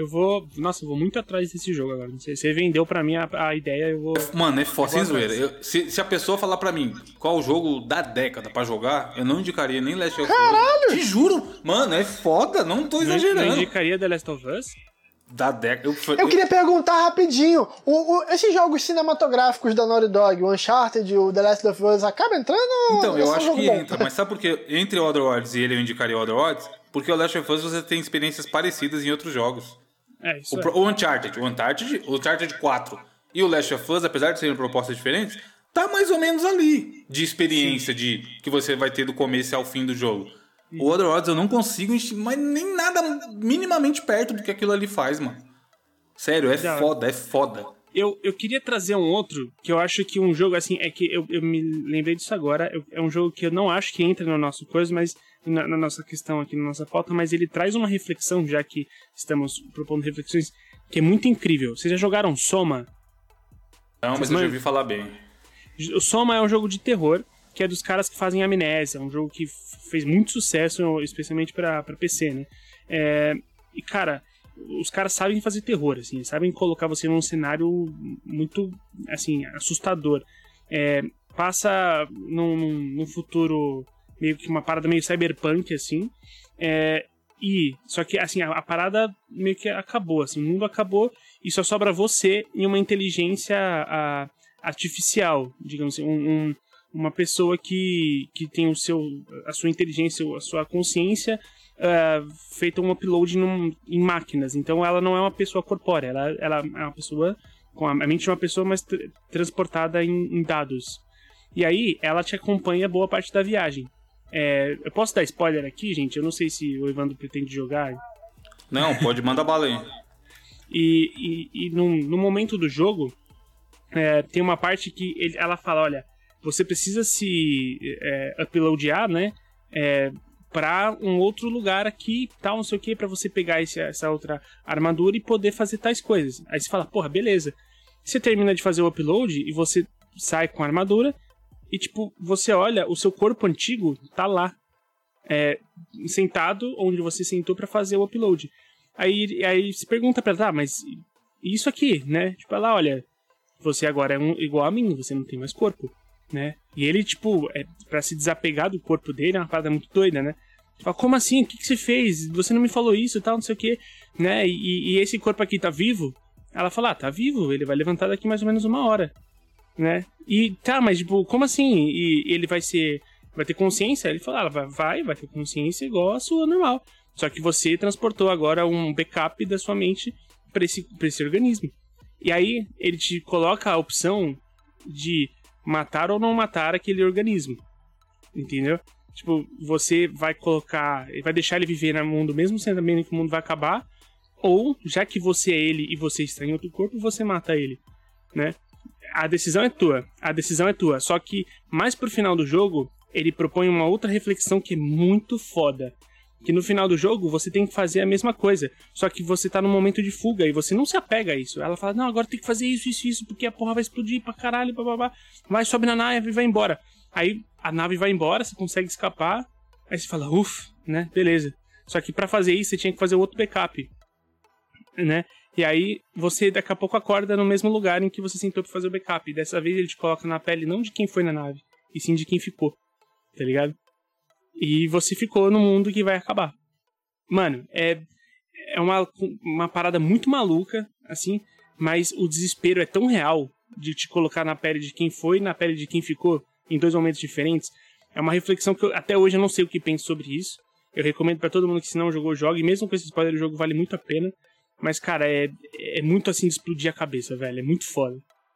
Nossa, eu vou muito atrás desse jogo agora. Não sei, você vendeu pra mim a ideia, eu vou... Mano, é foda, sem zoeira. Se a pessoa falar pra mim qual o jogo da década pra jogar, eu não indicaria nem Last of Us. Caralho! Te juro! Mano, é foda, não tô exagerando. Não indicaria The Last of Us? Da década... Eu queria perguntar rapidinho, esses jogos cinematográficos da Naughty Dog, o Uncharted, o The Last of Us, acaba entrando? Então, eu acho que entra, mas sabe por que entre o Outer Worlds e ele eu indicaria o Outer Worlds? Porque o Last of Us você tem experiências parecidas em outros jogos. Isso o Uncharted 4 e o Last of Us, apesar de serem propostas diferentes, tá mais ou menos ali de experiência que você vai ter do começo ao fim do jogo. O Outer Worlds eu não consigo, mas nem nada minimamente perto do que aquilo ali faz, mano. Sério, é foda. Eu queria trazer um outro, que eu acho que um jogo, assim, é que eu me lembrei disso agora, é um jogo que eu não acho que entra no nosso coisa, mas na nossa questão aqui, na nossa pauta, mas ele traz uma reflexão, já que estamos propondo reflexões, que é muito incrível. Vocês já jogaram Soma? Não, mas eu já ouvi falar bem. O Soma é um jogo de terror, que é dos caras que fazem Amnésia, é um jogo que fez muito sucesso, especialmente pra PC, né? E, cara, os caras sabem fazer terror, assim, sabem colocar você num cenário muito, assim, assustador. Passa num futuro, meio que uma parada meio cyberpunk, assim, só que, assim, a parada meio que acabou, assim, o mundo acabou e só sobra você e uma inteligência artificial, digamos assim, uma pessoa que tem a sua inteligência, a sua consciência feita um upload em máquinas. Então ela não é uma pessoa corpórea, ela é uma pessoa com a mente de uma pessoa, mas transportada em dados. E aí ela te acompanha boa parte da viagem. Eu posso dar spoiler aqui, gente? Eu não sei se o Evandro pretende jogar. Não, pode mandar bala aí. E no momento do jogo, tem uma parte que ela fala, olha, você precisa se uploadar, né? Pra um outro lugar aqui, tal, não sei o que, pra você pegar essa outra armadura e poder fazer tais coisas. Aí você fala, porra, beleza. Você termina de fazer o upload e você sai com a armadura e, tipo, você olha, o seu corpo antigo tá lá, sentado onde você sentou pra fazer o upload. Aí você pergunta pra ela, tá, mas isso aqui, né? Tipo, ela, olha, você agora é igual a mim, você não tem mais corpo. Né? E ele, tipo, pra se desapegar do corpo dele, é uma parada muito doida, né? Fala, como assim? O que você fez? Você não me falou isso e tal, não sei o que, né? E esse corpo aqui tá vivo? Ela fala, tá vivo, ele vai levantar daqui mais ou menos 1 hora, né? E tá, mas tipo, como assim? E ele vai ter consciência? Ele fala, vai ter consciência igual a sua normal. Só que você transportou agora um backup da sua mente pra esse organismo. E aí ele te coloca a opção de matar ou não matar aquele organismo, entendeu? Tipo, você vai vai deixar ele viver no mundo mesmo sabendo que o mundo vai acabar, ou, já que você é ele e você está em outro corpo, você mata ele, né? A decisão é tua, só que mais pro final do jogo, ele propõe uma outra reflexão que é muito foda, que no final do jogo você tem que fazer a mesma coisa, só que você tá num momento de fuga e você não se apega a isso. Ela fala, não, agora tem que fazer isso, porque a porra vai explodir pra caralho, blá. Vai, sobe na nave e vai embora. Aí a nave vai embora, você consegue escapar, aí você fala, né, beleza. Só que pra fazer isso você tinha que fazer outro backup, né? E aí você daqui a pouco acorda no mesmo lugar em que você sentou pra fazer o backup. E dessa vez ele te coloca na pele não de quem foi na nave, e sim de quem ficou, tá ligado? E você ficou no mundo que vai acabar. Mano, é uma parada muito maluca, assim, mas o desespero é tão real de te colocar na pele de quem foi e na pele de quem ficou, em 2 momentos diferentes. É uma reflexão que até hoje eu não sei o que penso sobre isso. Eu recomendo pra todo mundo que se não jogou, jogue. E mesmo com esse spoiler, o jogo vale muito a pena. Mas, cara, é muito assim de explodir a cabeça, velho. É muito foda.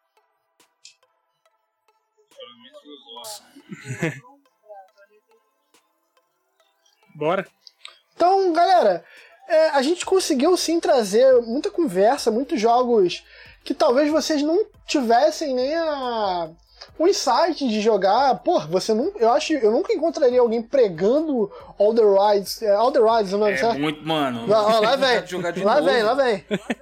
Bora? Então, galera, a gente conseguiu sim trazer muita conversa, muitos jogos que talvez vocês não tivessem nem o insight de jogar. Pô, eu nunca encontraria alguém pregando Outer Wilds, o nome certo? Muito, mano. Lá vem. Lá vem.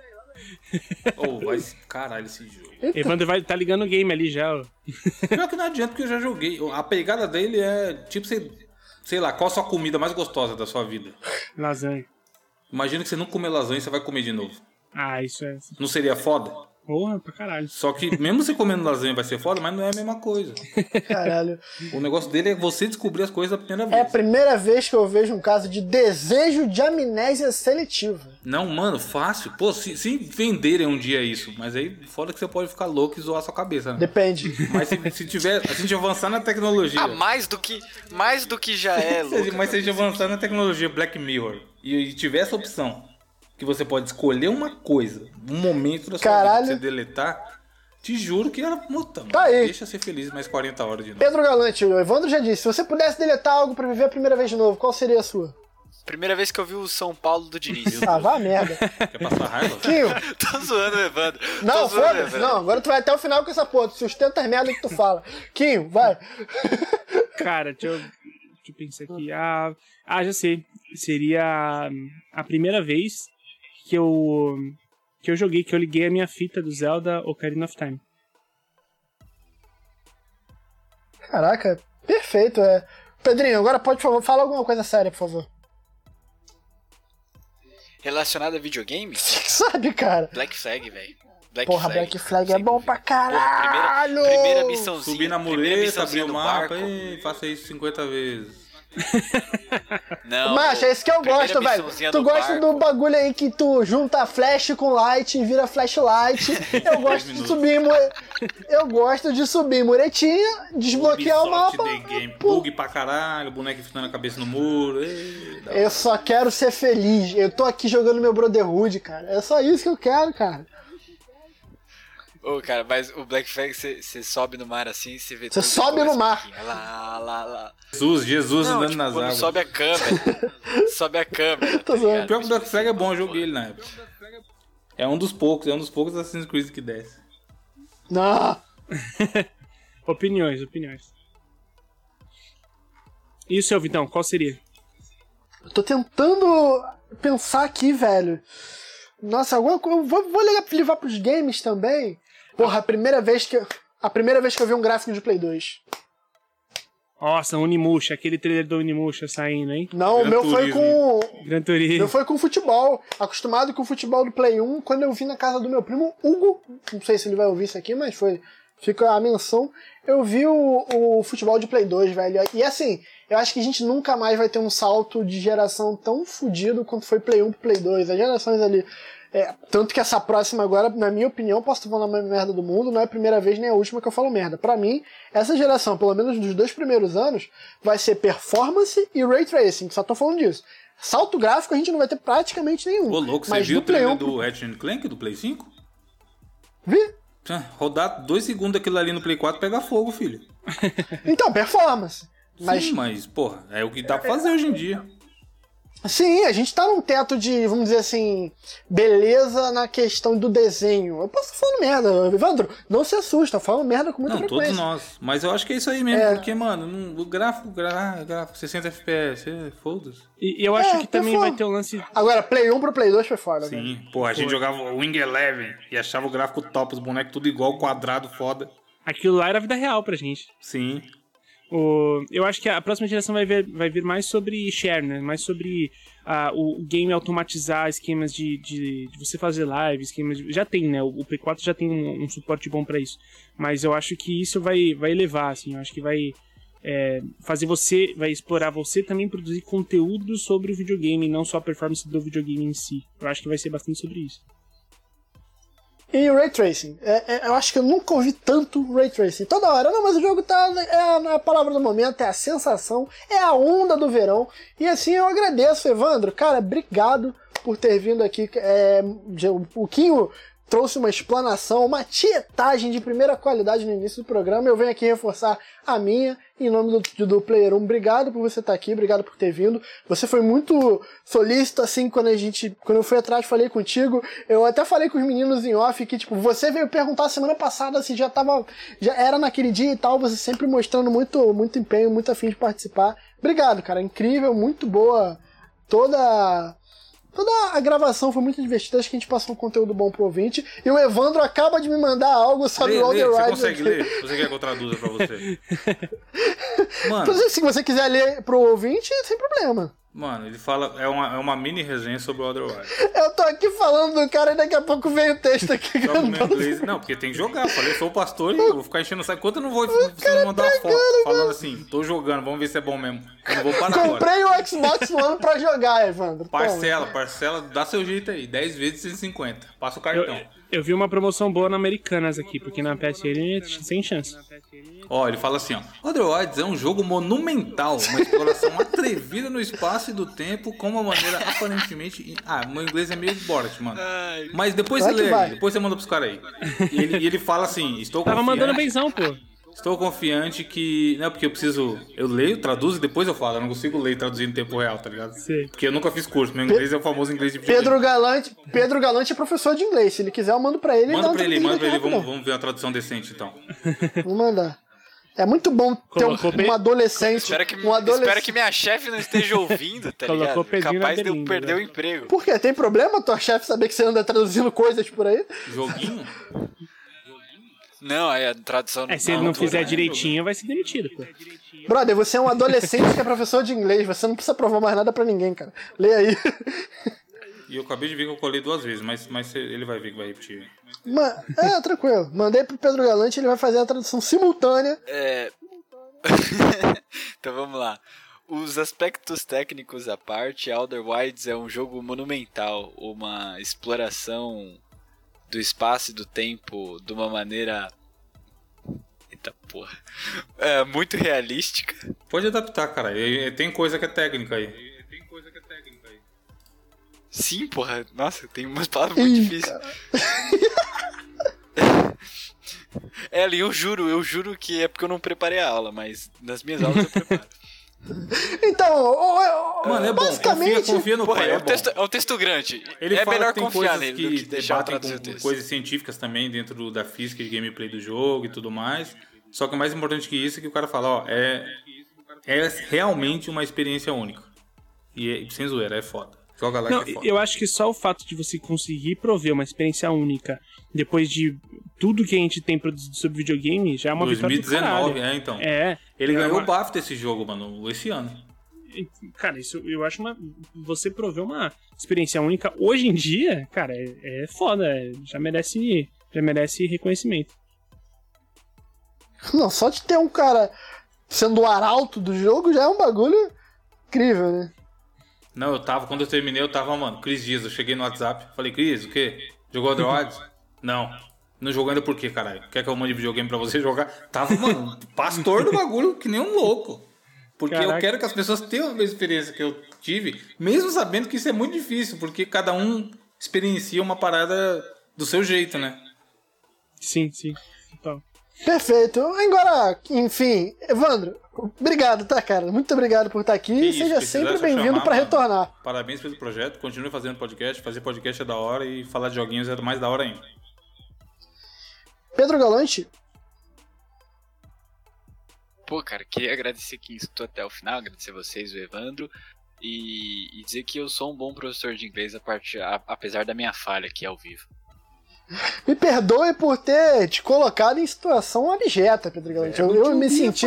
Caralho, esse jogo. Evandro tá ligando o game ali já, ó. Pior que não adianta, porque eu já joguei. A pegada dele é tipo sei lá, qual a sua comida mais gostosa da sua vida? Lasanha. Imagina que você não comer lasanha e você vai comer de novo. Ah, isso é... Não seria foda? Porra, pra caralho. Só que mesmo você comendo lasanha vai ser foda, mas não é a mesma coisa. Caralho. O negócio dele é você descobrir as coisas a primeira É vez. a primeira vez que eu vejo um caso de desejo de amnésia seletiva. Não, mano, fácil. Pô, se venderem um dia isso, mas aí foda que você pode ficar louco e zoar sua cabeça, né? Depende. Mas se a gente avançar na tecnologia... Ah, mais do que já é, Lucas. Mas se a gente avançar na tecnologia Black Mirror e tiver essa opção, que você pode escolher uma coisa, um momento da sua vida que você deletar, te juro que era... Puta, Tá aí. Deixa ser feliz mais 40 horas de novo. Pedro Galante, o Evandro já disse, se você pudesse deletar algo pra viver a primeira vez de novo, qual seria a sua? Primeira vez que eu vi o São Paulo do Diniz. Ah, vá a merda. Quer passar raiva? Quinho, Tô zoando o Evandro. não, Tô zoando o foda-se, Evandro. não, agora tu vai até o final com essa porra, tu sustenta as merdas que tu fala. Quinho, vai. Cara, deixa eu pensar aqui. Já sei. Seria a primeira vez que eu joguei, que eu liguei a minha fita do Zelda Ocarina of Time. Caraca, perfeito, é. Pedrinho, agora pode, por favor, fala alguma coisa séria, por favor. Relacionado a videogame? Sabe, cara? Black Flag, velho. Porra, Black Flag é bom pra caralho! Porra, primeira missãozinha. Subir na primeira mureta, missãozinha abrir o no mapa barco. e faça isso 50 vezes. Não, Macho, é isso que eu primeira gosto, velho. missãozinha Tu no gosta barco. do bagulho aí que tu junta flash com light e vira flashlight. Eu gosto de subir Eu gosto de subir muretinha, desbloquear o Ubisoft mapa. The Game, bug pra caralho, boneco enfiando a cabeça no muro. Eu só quero ser feliz. Eu tô aqui jogando meu Brotherhood, cara. É só isso que eu quero, cara. Ô, cara, mas o Black Flag, você sobe no mar assim, você vê Você tudo sobe começa no mar. um pouquinho. Lá. Jesus Não, andando tipo, nas quando águas. sobe a câmera. Sobe a câmera. Tô tá zoando. ligado? Pior que o Black Flag é bom, eu joguei ele na época. É um dos poucos Assassin's Creed que desce. Não. Opiniões. E o seu, Vitão, qual seria? Eu tô tentando pensar aqui, velho. Nossa, alguma coisa. Eu vou levar pros games também. Porra, a primeira vez que eu vi um gráfico de Play 2. Nossa, Onimusha, aquele trailer do Onimusha saindo, hein? Não, o meu foi com. Gran Turismo. Eu fui com futebol. Acostumado com o futebol do Play 1. Quando eu vi na casa do meu primo, Hugo. Não sei se ele vai ouvir isso aqui, mas foi. Fica a menção. Eu vi o futebol de Play 2, velho. E assim, eu acho que a gente nunca mais vai ter um salto de geração tão fodido quanto foi Play 1 pro Play 2. As gerações ali. Tanto que essa próxima agora, na minha opinião, posso estar falando a maior merda do mundo, não é a primeira vez nem a última que eu falo merda. Pra mim, essa geração, pelo menos dos 2 primeiros anos, vai ser performance e ray tracing, só tô falando disso. Salto gráfico a gente não vai ter praticamente nenhum. Ô, louco, você mas viu o do Play trailer 1 do Ratchet & Clank do Play 5? Vi? Rodar 2 segundos aquilo ali no Play 4 pega fogo, filho. Então, performance. Mas, Sim, mas, porra, é o que dá pra fazer hoje em dia. sim, a gente tá num teto de, vamos dizer assim, beleza na questão do desenho. Eu posso estar falando merda, Evandro, não se assusta, eu falo merda com muita Não, frequência. todos nós. Mas eu acho que é isso aí mesmo, porque, mano, o gráfico 60 FPS, foda-se. E eu acho que também foda. vai ter um lance... Agora, Play 1 pro Play 2 foi foda, velho. Sim, pô, a gente jogava o Wing Eleven e achava o gráfico top, os bonecos tudo igual, quadrado, foda. Aquilo lá era a vida real pra gente. Sim. Eu acho que a próxima geração vai vir mais sobre share, né? Mais sobre o game automatizar esquemas de você fazer live, esquemas já tem, né? O Play 4 já tem um suporte bom pra isso. Mas eu acho que isso vai elevar, assim. Eu acho que vai vai explorar você também produzir conteúdo sobre o videogame, não só a performance do videogame em si. Eu acho que vai ser bastante sobre isso. E o Ray Tracing. Eu acho que eu nunca ouvi tanto Ray Tracing. Toda hora, não, mas o jogo tá. É a palavra do momento, é a sensação, é a onda do verão. E assim eu agradeço, Evandro. Cara, obrigado por ter vindo aqui. O Quinho trouxe uma explanação, uma tietagem de primeira qualidade no início do programa. Eu venho aqui reforçar a minha, em nome do Player 1. Obrigado por você estar aqui, obrigado por ter vindo. Você foi muito solícito, assim, quando eu fui atrás, falei contigo. Eu até falei com os meninos em off que, tipo, você veio perguntar semana passada se já era naquele dia e tal, você sempre mostrando muito empenho, muito afim de participar. Obrigado, cara, incrível, muito boa. Toda a gravação foi muito divertida, acho que a gente passou um conteúdo bom pro ouvinte. E o Evandro acaba de me mandar algo sobre o Elder Riders. Você consegue ler? Você quer que eu traduza pra você? Mano, Inclusive, se você quiser ler pro ouvinte, sem problema. Mano, ele fala... É uma mini resenha sobre o Outer Wilds. Eu tô aqui falando do cara e daqui a pouco vem o texto aqui. Joga no meu inglês. Não, porque tem que jogar. Falei, eu sou o pastor e eu vou ficar enchendo o saco. Enquanto eu não vou você não mandar uma foto falando assim, tô jogando, vamos ver se é bom mesmo. Eu não vou parar agora. Comprei o Xbox One pra jogar, Evandro. Parcela, dá seu jeito aí. 10 vezes 150. Passa o cartão. Eu vi uma promoção boa na Americanas aqui, porque na PSN sem chance. Ó, ele fala assim, ó. Outer Wilds é um jogo monumental, uma exploração atrevida no espaço e do tempo, com uma maneira aparentemente... meu inglês é meio Borat, mano. Mas depois você lê aí, depois você manda pros caras aí. E ele fala assim, estou confiante... Tava mandando benzão, pô. Estou confiante que... Não, porque eu leio, traduzo e depois eu falo. Eu não consigo ler e traduzir em tempo real, tá ligado? Sim. Porque eu nunca fiz curso. Meu inglês é o famoso inglês de Pedro Galante é professor de inglês. Se ele quiser, eu mando pra ele. Manda pra ele. Vamos ver uma tradução decente, então. Vou mandar. É muito bom ter um adolescente. Espero que minha chefe não esteja ouvindo, tá ligado? Capaz de eu perder o emprego. Por quê? Tem problema tua chefe saber que você anda traduzindo coisas por aí? Joguinho? Não, aí a tradução... Se ele não fizer direitinho, vai ser demitido, pô. Brother, você é um adolescente que é professor de inglês. Você não precisa provar mais nada pra ninguém, cara. Lê aí. E eu acabei de ver que eu colei 2 vezes, mas ele vai ver que vai repetir. Tranquilo. Mandei pro Pedro Galante, ele vai fazer a tradução simultânea. Então vamos lá. Os aspectos técnicos à parte, Outer Wilds é um jogo monumental, uma exploração do espaço e do tempo de uma maneira... Eita porra. Muito realística. Pode adaptar, cara. Tem coisa que é técnica aí. Sim, porra. Nossa, tem umas palavras muito difíceis. Ali, eu juro que é porque eu não preparei a aula, mas nas minhas aulas eu preparo. Então, mano, é basicamente... bom. Confia no pai. É um texto grande. Ele é fala melhor que tem confiar coisas nele do que deixar eu traduzir o com texto. coisas científicas também dentro da física e gameplay do jogo e tudo mais. Só que o mais importante que isso é que o cara fala, é realmente uma experiência única. E sem zoeira, é foda. Joga lá que é foda. Eu acho que só o fato de você conseguir prover uma experiência única depois de tudo que a gente tem produzido sobre videogame já é uma vitória do caralho. 2019, então. É. Ele ganhou o BAFTA esse jogo, mano, esse ano. Cara, isso eu acho você prover uma experiência única hoje em dia, cara, é foda. Já merece reconhecimento. Não, só de ter um cara sendo o arauto do jogo já é um bagulho incrível, né? Não, quando eu terminei, mano, Cris Dias, eu cheguei no WhatsApp, falei, Cris, o quê? Jogou Outer Wilds? Não jogou ainda por quê, caralho? Quer que eu mande videogame pra você jogar? Tava, mano, pastor do bagulho, que nem um louco. Porque eu quero que as pessoas tenham a mesma experiência que eu tive, mesmo sabendo que isso é muito difícil, porque cada um experiencia uma parada do seu jeito, né? Sim. Então. Perfeito. Agora, enfim, Evandro, obrigado, tá, cara? Muito obrigado por estar aqui e seja sempre bem-vindo pra retornar. Parabéns pelo projeto, continue fazendo podcast. Fazer podcast é da hora e falar de joguinhos é mais da hora ainda. Pedro Galante. Pô, cara, queria agradecer quem escutou até o final, agradecer vocês, o Evandro, e dizer que eu sou um bom professor de inglês apesar da minha falha aqui ao vivo. Me perdoe por ter te colocado em situação abjeta, Pedro Galante. Eu me senti...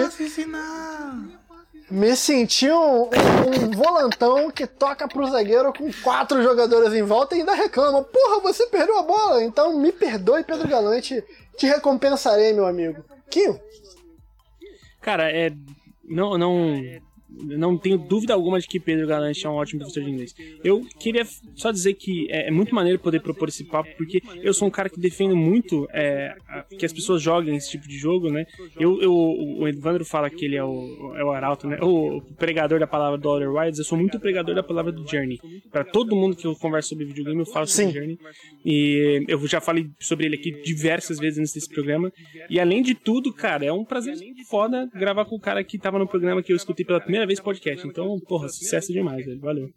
Me senti um volantão que toca pro zagueiro com 4 jogadores em volta e ainda reclama. Porra, você perdeu a bola! Então me perdoe, Pedro Galante. Te recompensarei, meu amigo. Kim? Cara, não tenho dúvida alguma de que Pedro Galante é um ótimo professor de inglês. Eu queria só dizer que é muito maneiro poder propor esse papo, porque eu sou um cara que defendo muito que as pessoas joguem esse tipo de jogo, né? O Evandro fala que ele é o arauto, né? O pregador da palavra do Outer Wilds. Eu sou muito pregador da palavra do Journey. Pra todo mundo que eu converso sobre videogame, eu falo sobre Journey. E eu já falei sobre ele aqui diversas vezes nesse programa. E além de tudo, cara, é um prazer foda gravar com o cara que tava no programa que eu escutei pela primeira vez podcast. Então, porra, sucesso demais, velho. Valeu.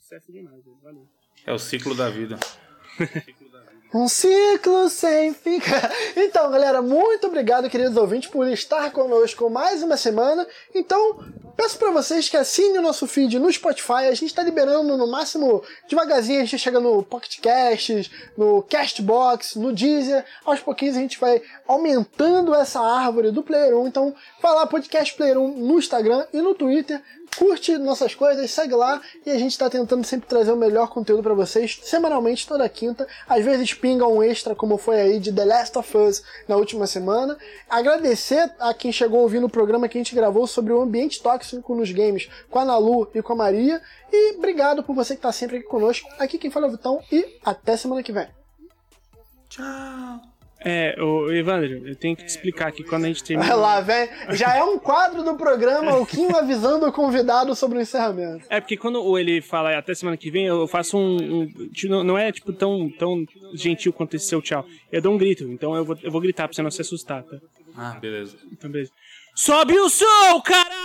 É o ciclo da vida. Um ciclo sem fim. Então, galera, muito obrigado, queridos ouvintes, por estar conosco mais uma semana. Então, peço pra vocês que assinem o nosso feed no Spotify. A gente tá liberando no máximo, devagarzinho, a gente chega no Pocket Casts, no Castbox, no Deezer. Aos pouquinhos a gente vai aumentando essa árvore do Player 1. Então, vai lá, Podcast Player 1 no Instagram e no Twitter. curte nossas coisas, segue lá e a gente tá tentando sempre trazer o melhor conteúdo pra vocês, semanalmente, toda quinta. Às vezes pinga um extra, como foi aí de The Last of Us na última semana. Agradecer a quem chegou ouvindo o programa que a gente gravou sobre o ambiente tóxico nos games com a Nalu e com a Maria. E obrigado por você que tá sempre aqui conosco. Aqui quem fala é o Vitão e até semana que vem. Tchau. Evandro, eu tenho que te explicar que quando a gente termina... Vai lá, vem. Já é um quadro do programa, o Kim avisando o convidado sobre o encerramento. É porque quando ele fala até semana que vem, eu faço não é tipo tão gentil quanto esse seu tchau. Eu dou um grito, então eu vou gritar pra você não se assustar, tá? Ah, beleza. Então, beleza. Sobe o som, caralho!